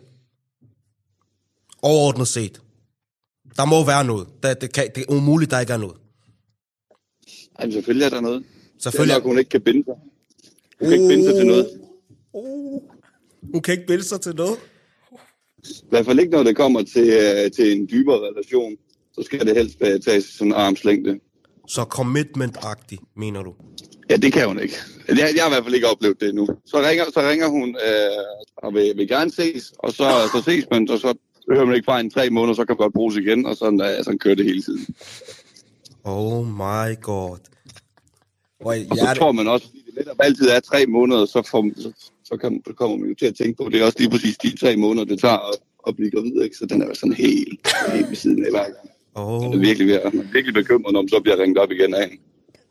Overordnet set. Der må være noget. Det, det, kan, det er umuligt, der ikke er noget. Ej, men selvfølgelig er der noget. Selvfølgelig. Det er nok, hun ikke kan binde sig. Hun kan uh, ikke binde sig til noget. Uh, hun kan ikke binde sig til noget? I hvert fald ikke, når det kommer til, uh, til en dybere relation. Så skal det helst tages sådan en armslængde. Så commitment-agtig, mener du? Ja, det kan hun ikke. Jeg, jeg har i hvert fald ikke oplevet det endnu. Så ringer, så ringer hun øh, og vil, vil gerne ses, og så, så ses man, og så hører man ikke fra en tre måneder, så kan man godt bruges igen, og sådan, øh, sådan kører det hele tiden. Oh my god. Og, og så tror man også, fordi det netop altid er tre måneder, så, får, så, så, kan, så kommer man jo til at tænke på, det er også lige præcis de tre måneder, det tager at, at blive gravid, ikke? Så den er jo sådan helt, helt ved siden af hver gang. Oh. Så det er virkelig, ved at, man er virkelig bekymret, når man så bliver ringet op igen af hende.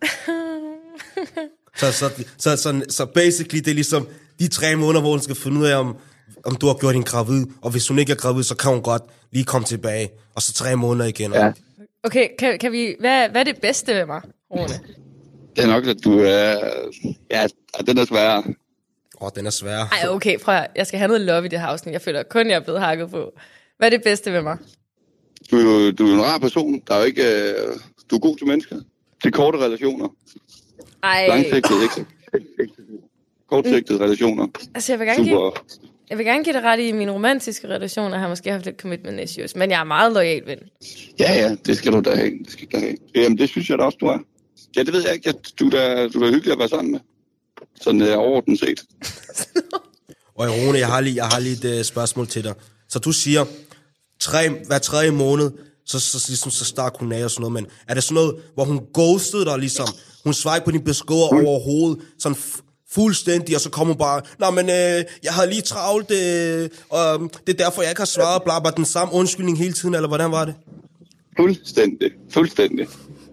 så, så, så, så, så basically, det er ligesom de tre måneder, hvor hun skal finde ud af, om, om du har gjort hende gravid, og hvis hun ikke er gravid, så kan hun godt lige komme tilbage, og så tre måneder igen. Ja. Okay, kan, kan vi, hvad, hvad er det bedste ved mig, Rune? Det er nok, at du er... Ja, den er svær. Åh, oh, den er svær. Ej, okay, prøv at, jeg skal have noget love i det her afsnit. Jeg føler kun, jeg er blevet hakket på. Hvad er det bedste ved mig? Du er jo, du er en rar person. Der er jo ikke... Uh, du er god til mennesker. Til korte relationer. Ej. Langsigtede, ikke? Kortsigtede mm. relationer. Altså, jeg vil gerne Super. give... Jeg vil gerne give dig ret i mine romantiske relationer, har måske haft lidt commitment issues, men jeg er meget loyal ven. Ja, ja, det skal du da have. Det skal du da have. Jamen, det synes jeg da også, du er. Ja, det ved jeg ikke. Du er da, du er da hyggelig at være sammen med. Sådan uh, overordnet set. Og Rune, jeg har lige, jeg har lige et uh, spørgsmål til dig. Så du siger, tre, hver tredje måned, så, så, ligesom, så stak hun af og sådan noget, men er det sådan noget, hvor hun ghostede dig ligesom? Hun svarede ikke på dine beskeder mm. overhovedet, sådan f- fuldstændig, og så kom hun bare, nå, men øh, jeg havde lige travlt, øh, og det er derfor, jeg ikke har svaret, bla, bla, den samme undskyldning hele tiden, eller hvordan var det? Fuldstændig, fuldstændig.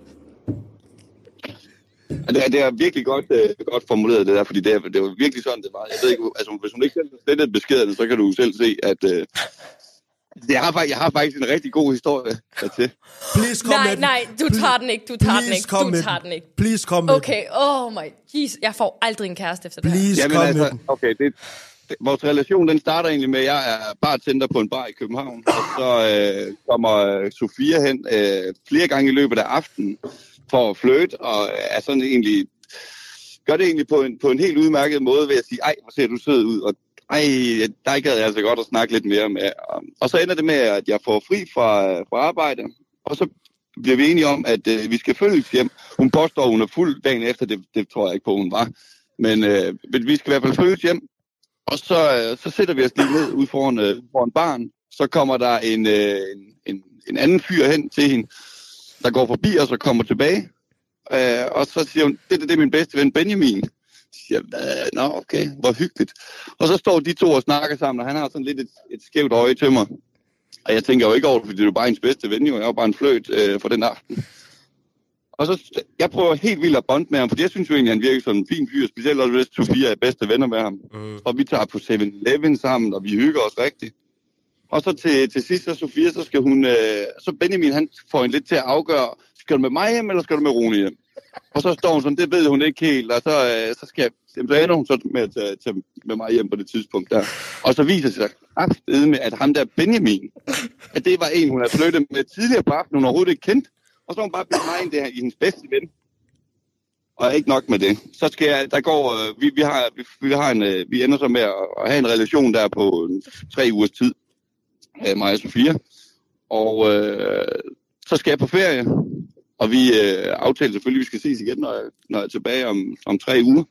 Det er, det er virkelig godt, øh, godt formuleret, det der, fordi det er, det er virkelig sådan, det var. Jeg ved ikke, altså, hvis hun ikke selv har slettet beskederne, så kan du selv se, at øh, jeg, har, jeg har faktisk en rigtig god historie til. Please, kom nej, med nej, du Please, tager den ikke, du tager den ikke, du tager den ikke. Please, kom med Okay, oh my Jesus, jeg får aldrig en kæreste efter det Please, her. kom Jamen, med altså, okay, det, det, vores relation, den starter egentlig med, at jeg er bartender på en bar i København, og så øh, kommer øh, Sofia hen øh, flere gange i løbet af aftenen, for at flirte, og er sådan egentlig, gør det egentlig på en, på en helt udmærket måde ved at sige, ej, hvor ser du sød ud, og ej, der gad jeg altså godt at snakke lidt mere med. Og, og så ender det med, at jeg får fri fra, fra arbejde, og så bliver vi enige om, at øh, vi skal følges hjem. Hun påstår, hun er fuld dagen efter, det, det tror jeg ikke på, hun var. Men øh, vi skal i hvert fald følges hjem, og så, øh, så sætter vi os lige ned ude foran, øh, foran baren. Så kommer der en, øh, en, en, en anden fyr hen til hende, der går forbi os og kommer tilbage. Øh, og så siger hun, det, det er min bedste ven Benjamin. Så siger jeg, nå okay, hvor hyggeligt. Og så står de to og snakker sammen, og han har sådan lidt et, et skævt øje til mig. Og jeg tænker jo ikke over det, fordi det er jo bare hendes bedste ven, jo. Jeg er jo bare en fløjt øh, for den aften. Og så, jeg prøver helt vildt at bonde med ham, for jeg synes jo egentlig, han virker som en fin fyr, specielt også hvis Sofia er bedste venner med ham. Mm. Og vi tager på seven eleven sammen, og vi hygger os rigtigt. Og så til, til sidst, så Sofia, så skal hun, øh, så Benjamin, han får hende lidt til at afgøre, skal du med mig hjem, eller skal du med Rune hjem? Og så står hun sådan, det ved hun ikke helt, og så, øh, så, skal, så ender hun så med at tage, tage med mig hjem på det tidspunkt der. Og så viser det sig kraftedet med, at ham der Benjamin, at det var en, hun havde flyttet med tidligere på aftenen, hun overhovedet ikke kendt. Og så har hun bare blevet mig ind det her i hendes bedste ven. Og ikke nok med det. Så skal jeg, der går, øh, vi, vi, har, vi, vi, har en, øh, vi ender så med at, at have en relation der på en, tre ugers tid. Øh, mig og Sofia. Og øh, så skal jeg på ferie. Og vi øh, aftaler selvfølgelig, at vi skal ses igen, når jeg, når jeg er tilbage om, om tre uger.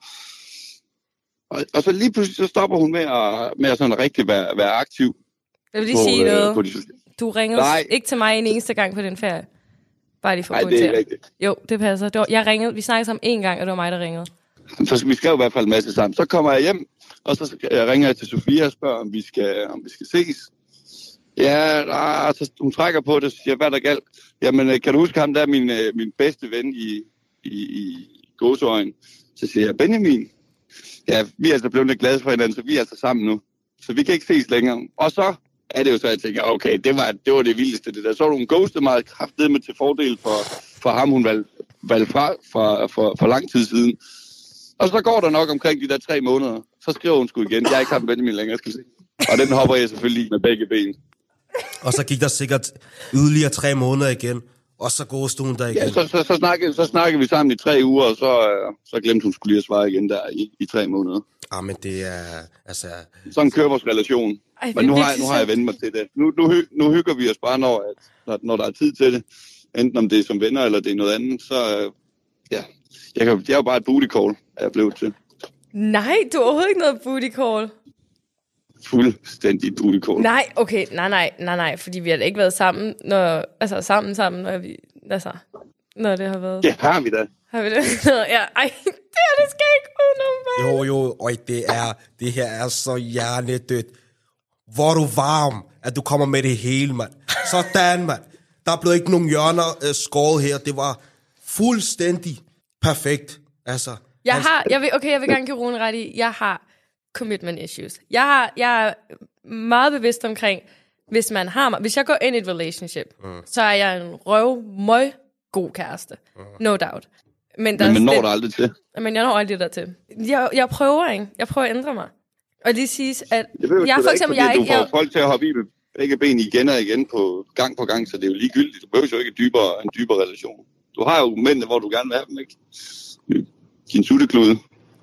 Og, og så lige pludselig så stopper hun med at, med at sådan rigtig være, være aktiv. Jeg vil lige på, sige øh, noget. de... Du ringede Nej. ikke til mig en eneste gang på den ferie. Bare lige for at Nej, det er pointere. rigtigt. Jo, det passer. Det var, jeg ringede, vi snakkede sammen en gang, og det var mig, der ringede. Så vi skal jo i hvert fald en masse sammen. Så kommer jeg hjem, og så jeg ringer jeg til Sofia og spørger, om vi skal, om vi skal ses. Ja, der, så hun trækker på det og siger, hvad er der galt? Jamen, kan du huske ham, der er min, min bedste ven i, i, i gåseøjen? Så siger jeg, Benjamin, ja, vi er altså blevet lidt glade for hinanden, så vi er altså sammen nu. Så vi kan ikke ses længere. Og så er det jo så, at jeg tænker, okay, det var det, var det vildeste, det der. Så var hun ghostet meget kraftigt med til fordel for, for ham, hun valgte valg fra for, for, for lang tid siden. Og så går der nok omkring de der tre måneder. Så skriver hun sgu igen, jeg er ikke sammen med Benjamin længere, skal se. Og den hopper jeg selvfølgelig med begge ben. Og så gik der sikkert yderligere tre måneder igen, og så går stuen der igen. Ja, så, så, så, snakkede, så snakkede vi sammen i tre uger, og så, øh, så glemte hun skulle lige at svare igen der i, i tre måneder. Ah, men det er, altså... Sådan kører vores relation. Ej, men nu har, nu har jeg vendt mig til det. Nu, nu, nu hygger vi os bare, når, når, når der er tid til det. enten om det er som venner, eller det er noget andet, så øh, ja, jeg, kan, jeg er jo bare et booty call, er jeg blevet til. Nej, du er overhovedet ikke noget booty call. Fuldstændig booty call. Nej, okay, nej, nej, nej, nej, fordi vi har da ikke været sammen, når, altså sammen, sammen, når vi, altså, når det har været. Ja, har vi da. Har vi det? Ja, ej, det her, det skal ikke udenom mig. Jo, jo, og det er, det her er så hjernedødt. Hvor er du varm, at du kommer med det hele, mand. Sådan, mand. Der er blevet ikke nogen hjørner øh, skåret her. Det var fuldstændig perfekt. Altså, Jeg altså, har, jeg vil, okay, jeg vil gerne give Rune ret i, jeg har commitment issues. Jeg, har, jeg er meget bevidst omkring, hvis man har mig, hvis jeg går ind i et relationship, mm. så er jeg en røv, møg, god kæreste. Mm. No doubt. Men, der men man når lidt, der aldrig til. Men jeg når aldrig dertil. Jeg, jeg prøver, ikke? Jeg prøver at ændre mig. Og det siges, at jeg, ved, jeg for eksempel... Ikke, jeg, du får jeg, folk til at hoppe i med begge ben igen og igen på gang på gang, så det er jo ligegyldigt. Du behøver jo ikke dybere, en dybere relation. Du har jo mændene, hvor du gerne vil have dem, ikke? Din sutteklude.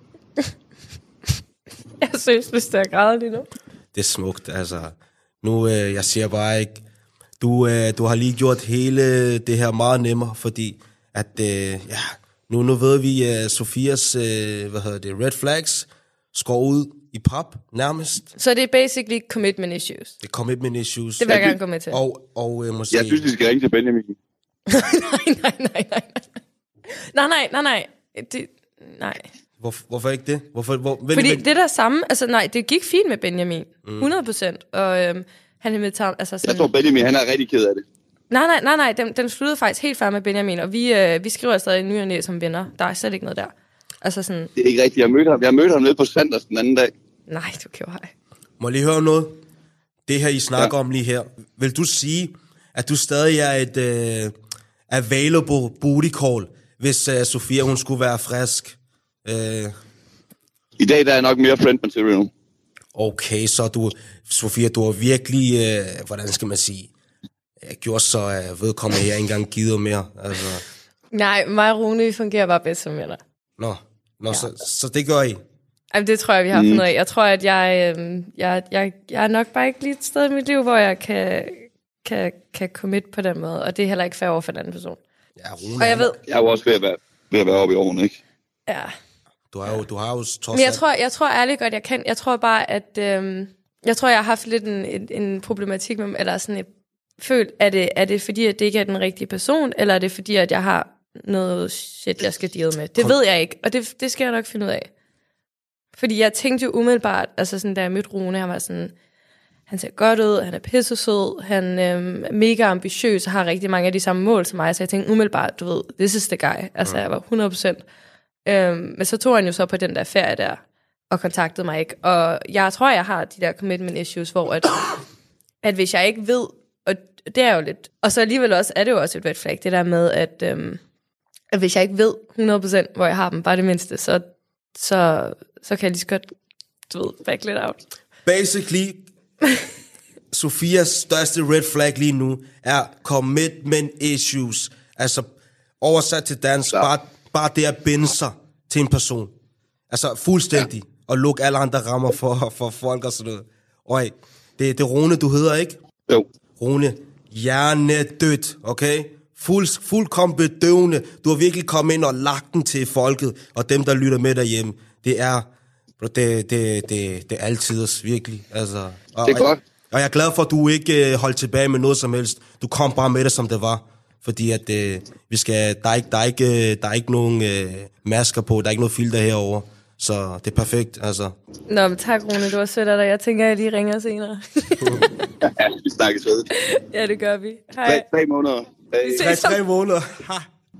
Jeg synes, hvis det er grædet lige nu. Det er smukt, altså. Nu, øh, jeg siger bare ikke, du, øh, du har lige gjort hele det her meget nemmere, fordi at, øh, ja, nu, nu ved vi, at uh, Sofias, øh, hvad hedder det, red flags, skår ud i pap, nærmest. Så det er basically commitment issues. Det er commitment issues. Det vil jeg gerne gå med til. Og, og øh, måske... Jeg synes, vi skal ringe til Benjamin. nej, nej, nej, nej. Nej, nej, nej, nej. Det, nej. Hvorfor, hvorfor ikke det? Hvorfor, hvor, Fordi vent, vent. det der samme, altså nej, det gik fint med Benjamin. hundrede procent. Og øhm, han er med tam, altså sådan... Jeg tror, Benjamin, han er rigtig ked af det. Nej, nej, nej, nej, den, den sluttede faktisk helt færdig med Benjamin, og vi, øh, vi skriver stadig ny og næ som venner. Der er slet ikke noget der. Altså sådan... Det er ikke rigtigt. Jeg mødte ham, jeg mødte ham nede på Sanders den anden dag. Nej, du kan jo have. Må jeg lige høre noget? Det her, I snakker Ja. om lige her. Vil du sige, at du stadig er et uh, available booty call, hvis uh, Sofia, hun skulle være frisk? Uh, I dag der er nok mere friend material. okay, så du, Sofia, du har virkelig, uh, hvordan skal man sige, uh, gjort så uh, vedkommende, at jeg ikke engang gider mere. Altså. Nej, mig og Rune, vi fungerer bare bedst som venner. Nå, nå ja. så, så det gør I? Jamen, det tror jeg, vi har mm. fundet af. Jeg tror, at jeg, øh, jeg, jeg, jeg er nok bare ikke lige et sted i mit liv, hvor jeg kan, kan, kan commit på den måde, og det er heller ikke fair over for den anden person. Ja, Rune, og jeg ved... Jeg er jo også ved at være, ved at være oppe i årene, ikke? Ja. Du har jo, du har jo Men jeg tror, jeg tror ærligt godt, jeg kan. Jeg tror bare, at... Øhm, jeg tror, jeg har haft lidt en, en, en problematik med... Eller sådan et... Føl, er det, er det fordi, at det ikke er den rigtige person, eller er det fordi, at jeg har noget shit, jeg skal deal med? Det Kom. ved jeg ikke, og det, det skal jeg nok finde ud af. Fordi jeg tænkte jo umiddelbart, altså sådan, da jeg mødte Rune, han var sådan, han ser godt ud, han er pissesød, han øhm, er mega ambitiøs, og har rigtig mange af de samme mål som mig, så jeg tænkte umiddelbart, du ved, this is the guy. Altså, mm. jeg var hundrede procent. Øhm, men så tog han jo så på den der ferie der, og kontaktede mig ikke. Og jeg tror, jeg har de der commitment issues, hvor at, at hvis jeg ikke ved, og det er jo lidt, og så alligevel også, er det jo også et red flag, det der med, at, øhm, at hvis jeg ikke ved hundrede procent, hvor jeg har dem, bare det mindste, så så, så kan jeg lige så godt, du ved, back lidt out. Basically, Sofias største red flag lige nu er commitment issues. Altså, oversat til dansk, ja. bare, bare det at binde sig til en person. Altså, fuldstændig. Ja. Og lukke alle andre rammer for, for folk og sådan noget. Og det, det er Rune, du hedder, ikke? Jo. Rune, hjernedødt, okay? Fuld, fuldkommen bedøvende. Du har virkelig kommet ind og lagt den til folket, og dem, der lytter med derhjemme. Det er, det, det, det, det er altid virkelig. Altså, og, det er godt. Og, og jeg er glad for, at du ikke øh, holdt tilbage med noget som helst. Du kom bare med det, som det var. Fordi at øh, vi skal, der er ikke, der er ikke, der er ikke nogen øh, masker på, der er ikke noget filter herover. Så det er perfekt, altså. Nå, men tak, Rune, du var sødt af dig. Jeg tænker, jeg lige ringer senere. Ja, vi snakkes ved. Ja, det gør vi. Hej. Tre, tre måneder. Hey. Tre, tre måneder. Ha.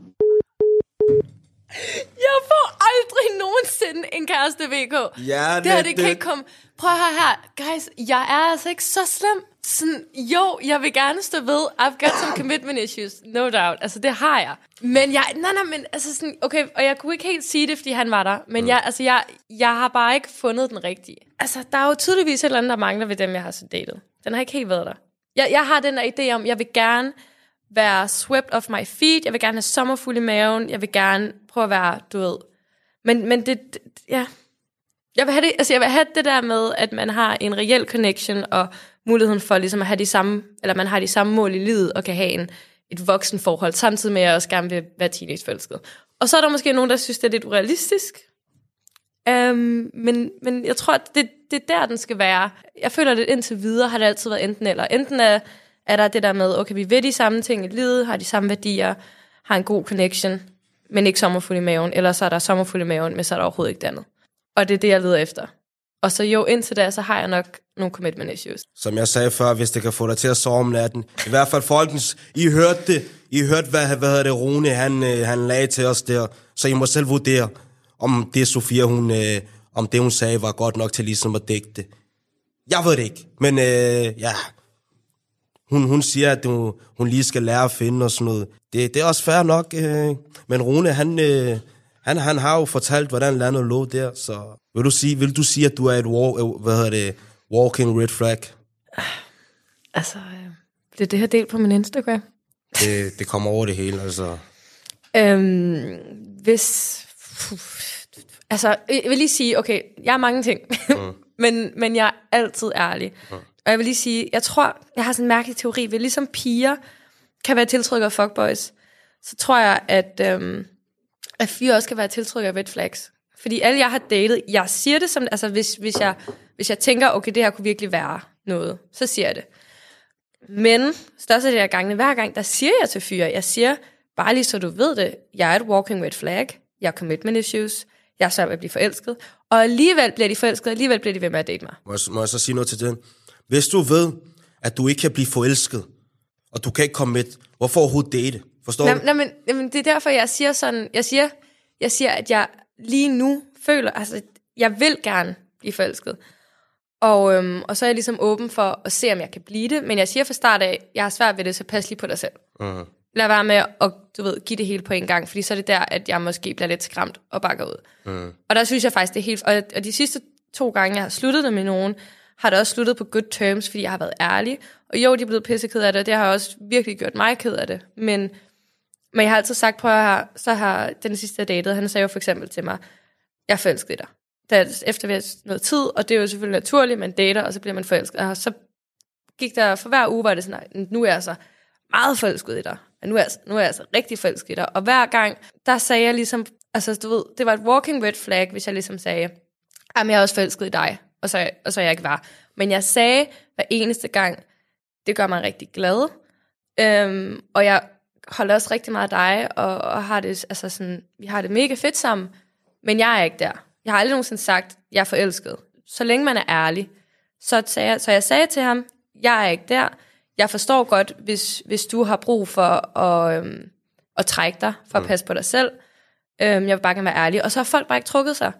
Jeg får aldrig nogensinde en kæreste V K. Ja, det, det her, det det kan ikke komme. Prøv at høre her. Guys, jeg er altså ikke så slem. Sådan, jo, jeg vil gerne stå ved. I've got some commitment issues. No doubt. Altså, det har jeg. Men jeg, nej, nej, men altså sådan, okay, og jeg kunne ikke helt sige det, fordi han var der. Men mm. jeg, altså, jeg, jeg har bare ikke fundet den rigtige. Altså, der er jo tydeligvis et eller andet, der mangler ved dem, jeg har så datet. Den har ikke helt været der. Jeg, jeg har den der idé om, jeg vil gerne være swept off my feet. Jeg vil gerne have sommerfuld i maven. Jeg vil gerne prøve at være, du ved. Men, men det, det ja. Jeg vil, have det, altså jeg vil have det der med, at man har en reel connection, og muligheden for ligesom at have de samme, eller man har de samme mål i livet, og kan have en, et voksen forhold, samtidig med, at jeg også gerne vil være teenageforelsket. Og så er der måske nogen, der synes, det er lidt urealistisk. Um, men, men jeg tror, at det, det er der, den skal være. Jeg føler, at indtil videre har det altid været enten eller. Enten er, er der det der med, okay, vi ved de samme ting i livet, har de samme værdier, har en god connection, men ikke sommerfuld i maven. Eller så er der sommerfuld i maven, men så er der overhovedet ikke det andet. Og det er det, jeg leder efter. Og så jo, indtil da, så har jeg nok nogle commitment issues. Som jeg sagde før, hvis det kan få dig til at sove om natten. I hvert fald folkens, I hørte det. I hørte, hvad, hvad hedder det, Rune, han, han lagde til os der. Så I må selv vurdere, om det Sofia, hun, øh, om det hun sagde, var godt nok til ligesom at dække det. Jeg ved det ikke, men øh, ja, hun, hun siger, at hun, hun lige skal lære at finde og sådan noget. Det, det er også fair nok, øh, men Rune, han, øh, han, han har jo fortalt, hvordan landet lå der, så vil du sige, vil du sige at du er et walk, hvad hedder det, walking red flag? Altså, øh, det er det her del på min Instagram. Det, det kommer over det hele, altså. Øhm, hvis... Altså, jeg vil lige sige, okay, jeg er mange ting, mm. men, men jeg er altid ærlig. Mm. Og jeg vil lige sige, jeg tror, jeg har sådan en mærkelig teori, ved ligesom piger kan være tiltrykket af fuckboys, så tror jeg, at, øhm, at fyre også kan være tiltrykket af red flags. Fordi alle jeg har datet, jeg siger det som, altså hvis, hvis, jeg, hvis jeg tænker, okay, det her kunne virkelig være noget, så siger jeg det. Men størstedelen af gangene, hver gang, der siger jeg til fyre, jeg siger, bare lige så du ved det, jeg er et walking red flag, jeg har commitment issues, jeg er svært ved at blive forelsket, og alligevel bliver de forelsket, og alligevel bliver de ved med at date mig. Må jeg, må jeg så sige noget til den? Hvis du ved, at du ikke kan blive forelsket, og du kan ikke komme med, hvorfor overhovedet date? Forstår nej, du? Nej, men, jamen, det er derfor, jeg siger sådan, jeg siger, jeg siger, at jeg lige nu føler, altså, jeg vil gerne blive forelsket. Og, øhm, og så er jeg ligesom åben for at se, om jeg kan blive det, men jeg siger fra start af, jeg har svært ved det, så pas lige på dig selv. Uh-huh. Lad være med at, du ved, give det hele på en gang, fordi så er det der, at jeg måske bliver lidt skræmt og bakker ud. Mm. Og der synes jeg faktisk, det er helt... Og, og de sidste to gange, jeg har sluttet det med nogen, har det også sluttet på good terms, fordi jeg har været ærlig. Og jo, de er blevet pisseked af det, og det har også virkelig gjort mig ked af det. Men, men jeg har altid sagt, prøv at høre, så har den sidste, jeg datede, han sagde jo for eksempel til mig, jeg er forelsket i dig. Da, efter vi har noget tid, og det er jo selvfølgelig naturligt, man dater, og så bliver man forelsket. Og så gik der, for hver uge var det sådan, nu er jeg så meget forelsket i dig. Nu er, jeg, nu er jeg altså rigtig forelsket i dig. Og hver gang, der sagde jeg ligesom, altså du ved, det var et walking red flag, hvis jeg ligesom sagde, jamen jeg er også forelsket i dig, og så, og så jeg ikke var. Men jeg sagde hver eneste gang, det gør mig rigtig glad, øhm, og jeg holder også rigtig meget af dig, og, og har det, altså sådan, vi har det mega fedt sammen, men jeg er ikke der. Jeg har aldrig nogensinde sagt, jeg er forelsket. Så længe man er ærlig, så, sagde jeg, så jeg sagde til ham, jeg er ikke der. Jeg forstår godt, hvis, hvis du har brug for at, øhm, at trække dig, for at passe på dig selv. Øhm, jeg vil bare gerne være ærlig. Og så har folk bare ikke trukket sig.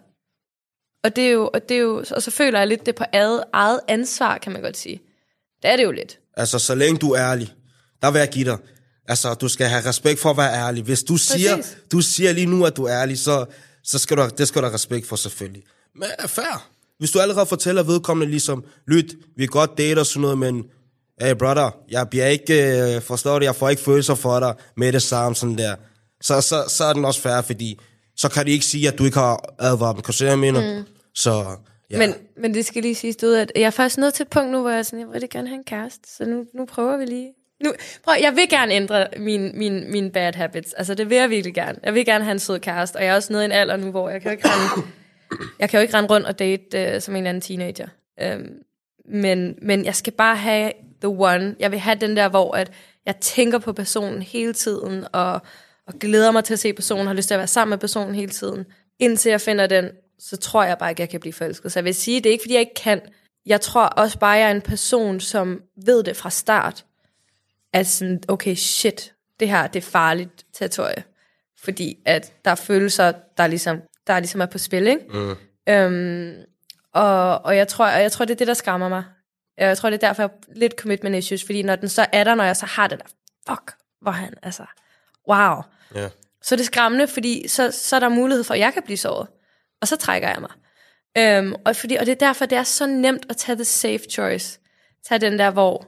Og, det er jo, og, det er jo, og så føler jeg lidt det på eget, eget ansvar, kan man godt sige. Det er det jo lidt. Altså, så længe du er ærlig, der vil jeg give dig. Altså, du skal have respekt for at være ærlig. Hvis du siger, du siger lige nu, at du er ærlig, så, så skal du, det skal du have respekt for selvfølgelig. Men er fair. Hvis du allerede fortæller vedkommende ligesom, lyt, vi er godt date og sådan noget, men hey brother, jeg bliver ikke, øh, forstår det, jeg får ikke følelser for dig med det samme sådan der. Så, så, så er den også fair, fordi så kan de ikke sige, at du ikke har advaret dem. Kan du se, hvad jeg mener? Mm. Så, ja. Men, men det skal lige siges ud, at jeg er faktisk nået til et punkt nu, hvor jeg sådan, jeg vil gerne have en kæreste, så nu, nu prøver vi lige. Nu, prøv, jeg vil gerne ændre mine min, min bad habits. Altså, det vil jeg virkelig gerne. Jeg vil gerne have en sød kæreste, og jeg er også nede i en alder nu, hvor jeg kan jo ikke rende, jeg kan jo ikke rende rundt og date uh, som en eller anden teenager. Um, men, men jeg skal bare have the one. Jeg vil have den der, hvor at jeg tænker på personen hele tiden, og, og glæder mig til at se personen, har lyst til at være sammen med personen hele tiden. Indtil jeg finder den, så tror jeg bare ikke, jeg kan blive forelsket. Så jeg vil sige, det er ikke, fordi jeg ikke kan. Jeg tror også bare, jeg er en person, som ved det fra start, at sådan, okay, shit, det her, det er farligt territorie. Fordi at der er følelser, der ligesom, der ligesom er på spil, ikke? Mm. Øhm, og, og, jeg tror, og jeg tror, det er det, der skræmmer mig. Jeg tror, det er derfor, jeg er lidt commitment issues, fordi når den så er der, når jeg så har det der, fuck, hvor han, altså, wow. Yeah. Så er det skræmmende, fordi så, så er der mulighed for, at jeg kan blive såret. Og så trækker jeg mig. Øhm, og, fordi, og det er derfor, det er så nemt at tage the safe choice. Tage den der, hvor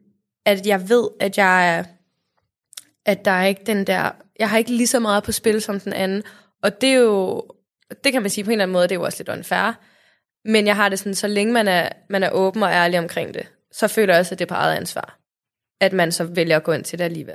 at jeg ved, at jeg er, at der er ikke den der, jeg har ikke lige så meget på spil som den anden. Og det er jo, det kan man sige på en eller anden måde, det er jo også lidt unfair. Men jeg har det sådan, så længe man er, man er åben og ærlig omkring det, så føler jeg også, at det er på eget ansvar. At man så vælger at gå ind til det alligevel.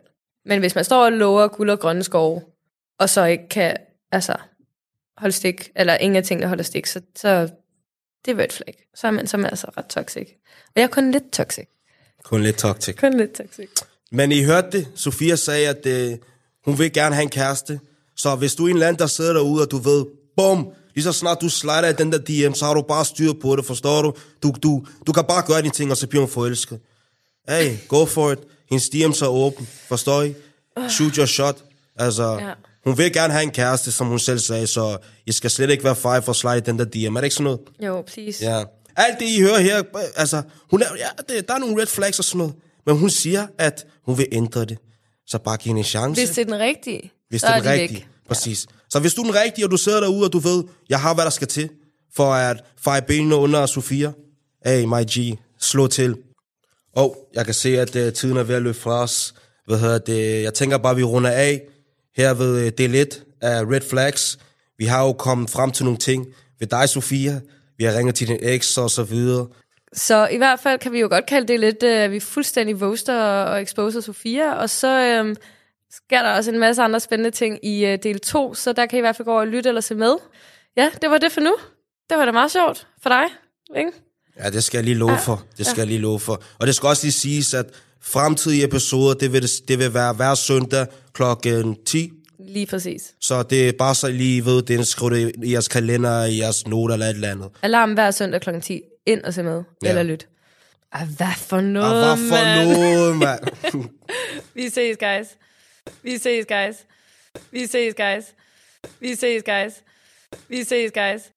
Men hvis man står og lover guld og grønne skove, og så ikke kan altså, holde stik, eller ingen af tingene holder stik, så, så det er red flag. Så er man, så er man altså ret toxic. Og jeg er kun lidt toxic. Kun lidt toxic. Kun lidt toxic. Men I hørte det. Sofia sagde, at øh, hun vil gerne have en kæreste. Så hvis du er en eller anden, der sidder derude, og du ved, bum, lige så snart du slider i den der D M, så har du bare styr på det, forstår du? Du, du, du kan bare gøre dine ting, og så bliver hun forelsket. Hey, go for it. Hendes D M's er åben, forstår I? Shoot your shot. Altså, ja. Hun vil gerne have en kæreste, som hun selv sagde, så I skal slet ikke være fej for at slide i den der D M. Er det ikke sådan noget? Jo, please. Ja. Alt det, I hører her, altså, hun er, ja, det, der er nogle red flags og sådan noget, men hun siger, at hun vil ændre det. Så bare giv hende en chance. Hvis det er den rigtige, hvis så det er, er den de rigtige. væk. Præcis. Ja. Så hvis du er den rigtige, og du sidder derude, og du ved, jeg har, hvad der skal til, for at feje benene under Sofia. Hey, my G, slå til. Og jeg kan se, at uh, tiden er ved at løbe fra os. Hvad hedder det? Jeg tænker bare, at vi runder af her ved uh, del et af Red Flags. Vi har jo kommet frem til nogle ting ved dig, Sofia. Vi har ringet til din eks og så videre. Så i hvert fald kan vi jo godt kalde det lidt, at uh, vi fuldstændig roaster og exposer Sofia, og så um, sker der også en masse andre spændende ting i uh, del to, så der kan I i hvert fald gå og lytte eller se med. Ja, det var det for nu. Det var da meget sjovt for dig, ikke? Ja, det skal jeg lige love for. Det skal ja. jeg lige love for. Og det skal også lige siges, at fremtidige episoder, det vil, det vil være hver søndag klokken ti. Lige præcis. Så det er bare så lige ved, det skriv det i jeres kalender, i jeres noter eller et eller andet. Alarm hver søndag klokken ti. Ind og se med. Ja. Eller lyt. Ah, hvad for noget, ah, hvad for man. noget, mand. Vi ses, guys. Vi ses, guys. Vi ses, guys. Vi ses, guys. Vi ses, guys.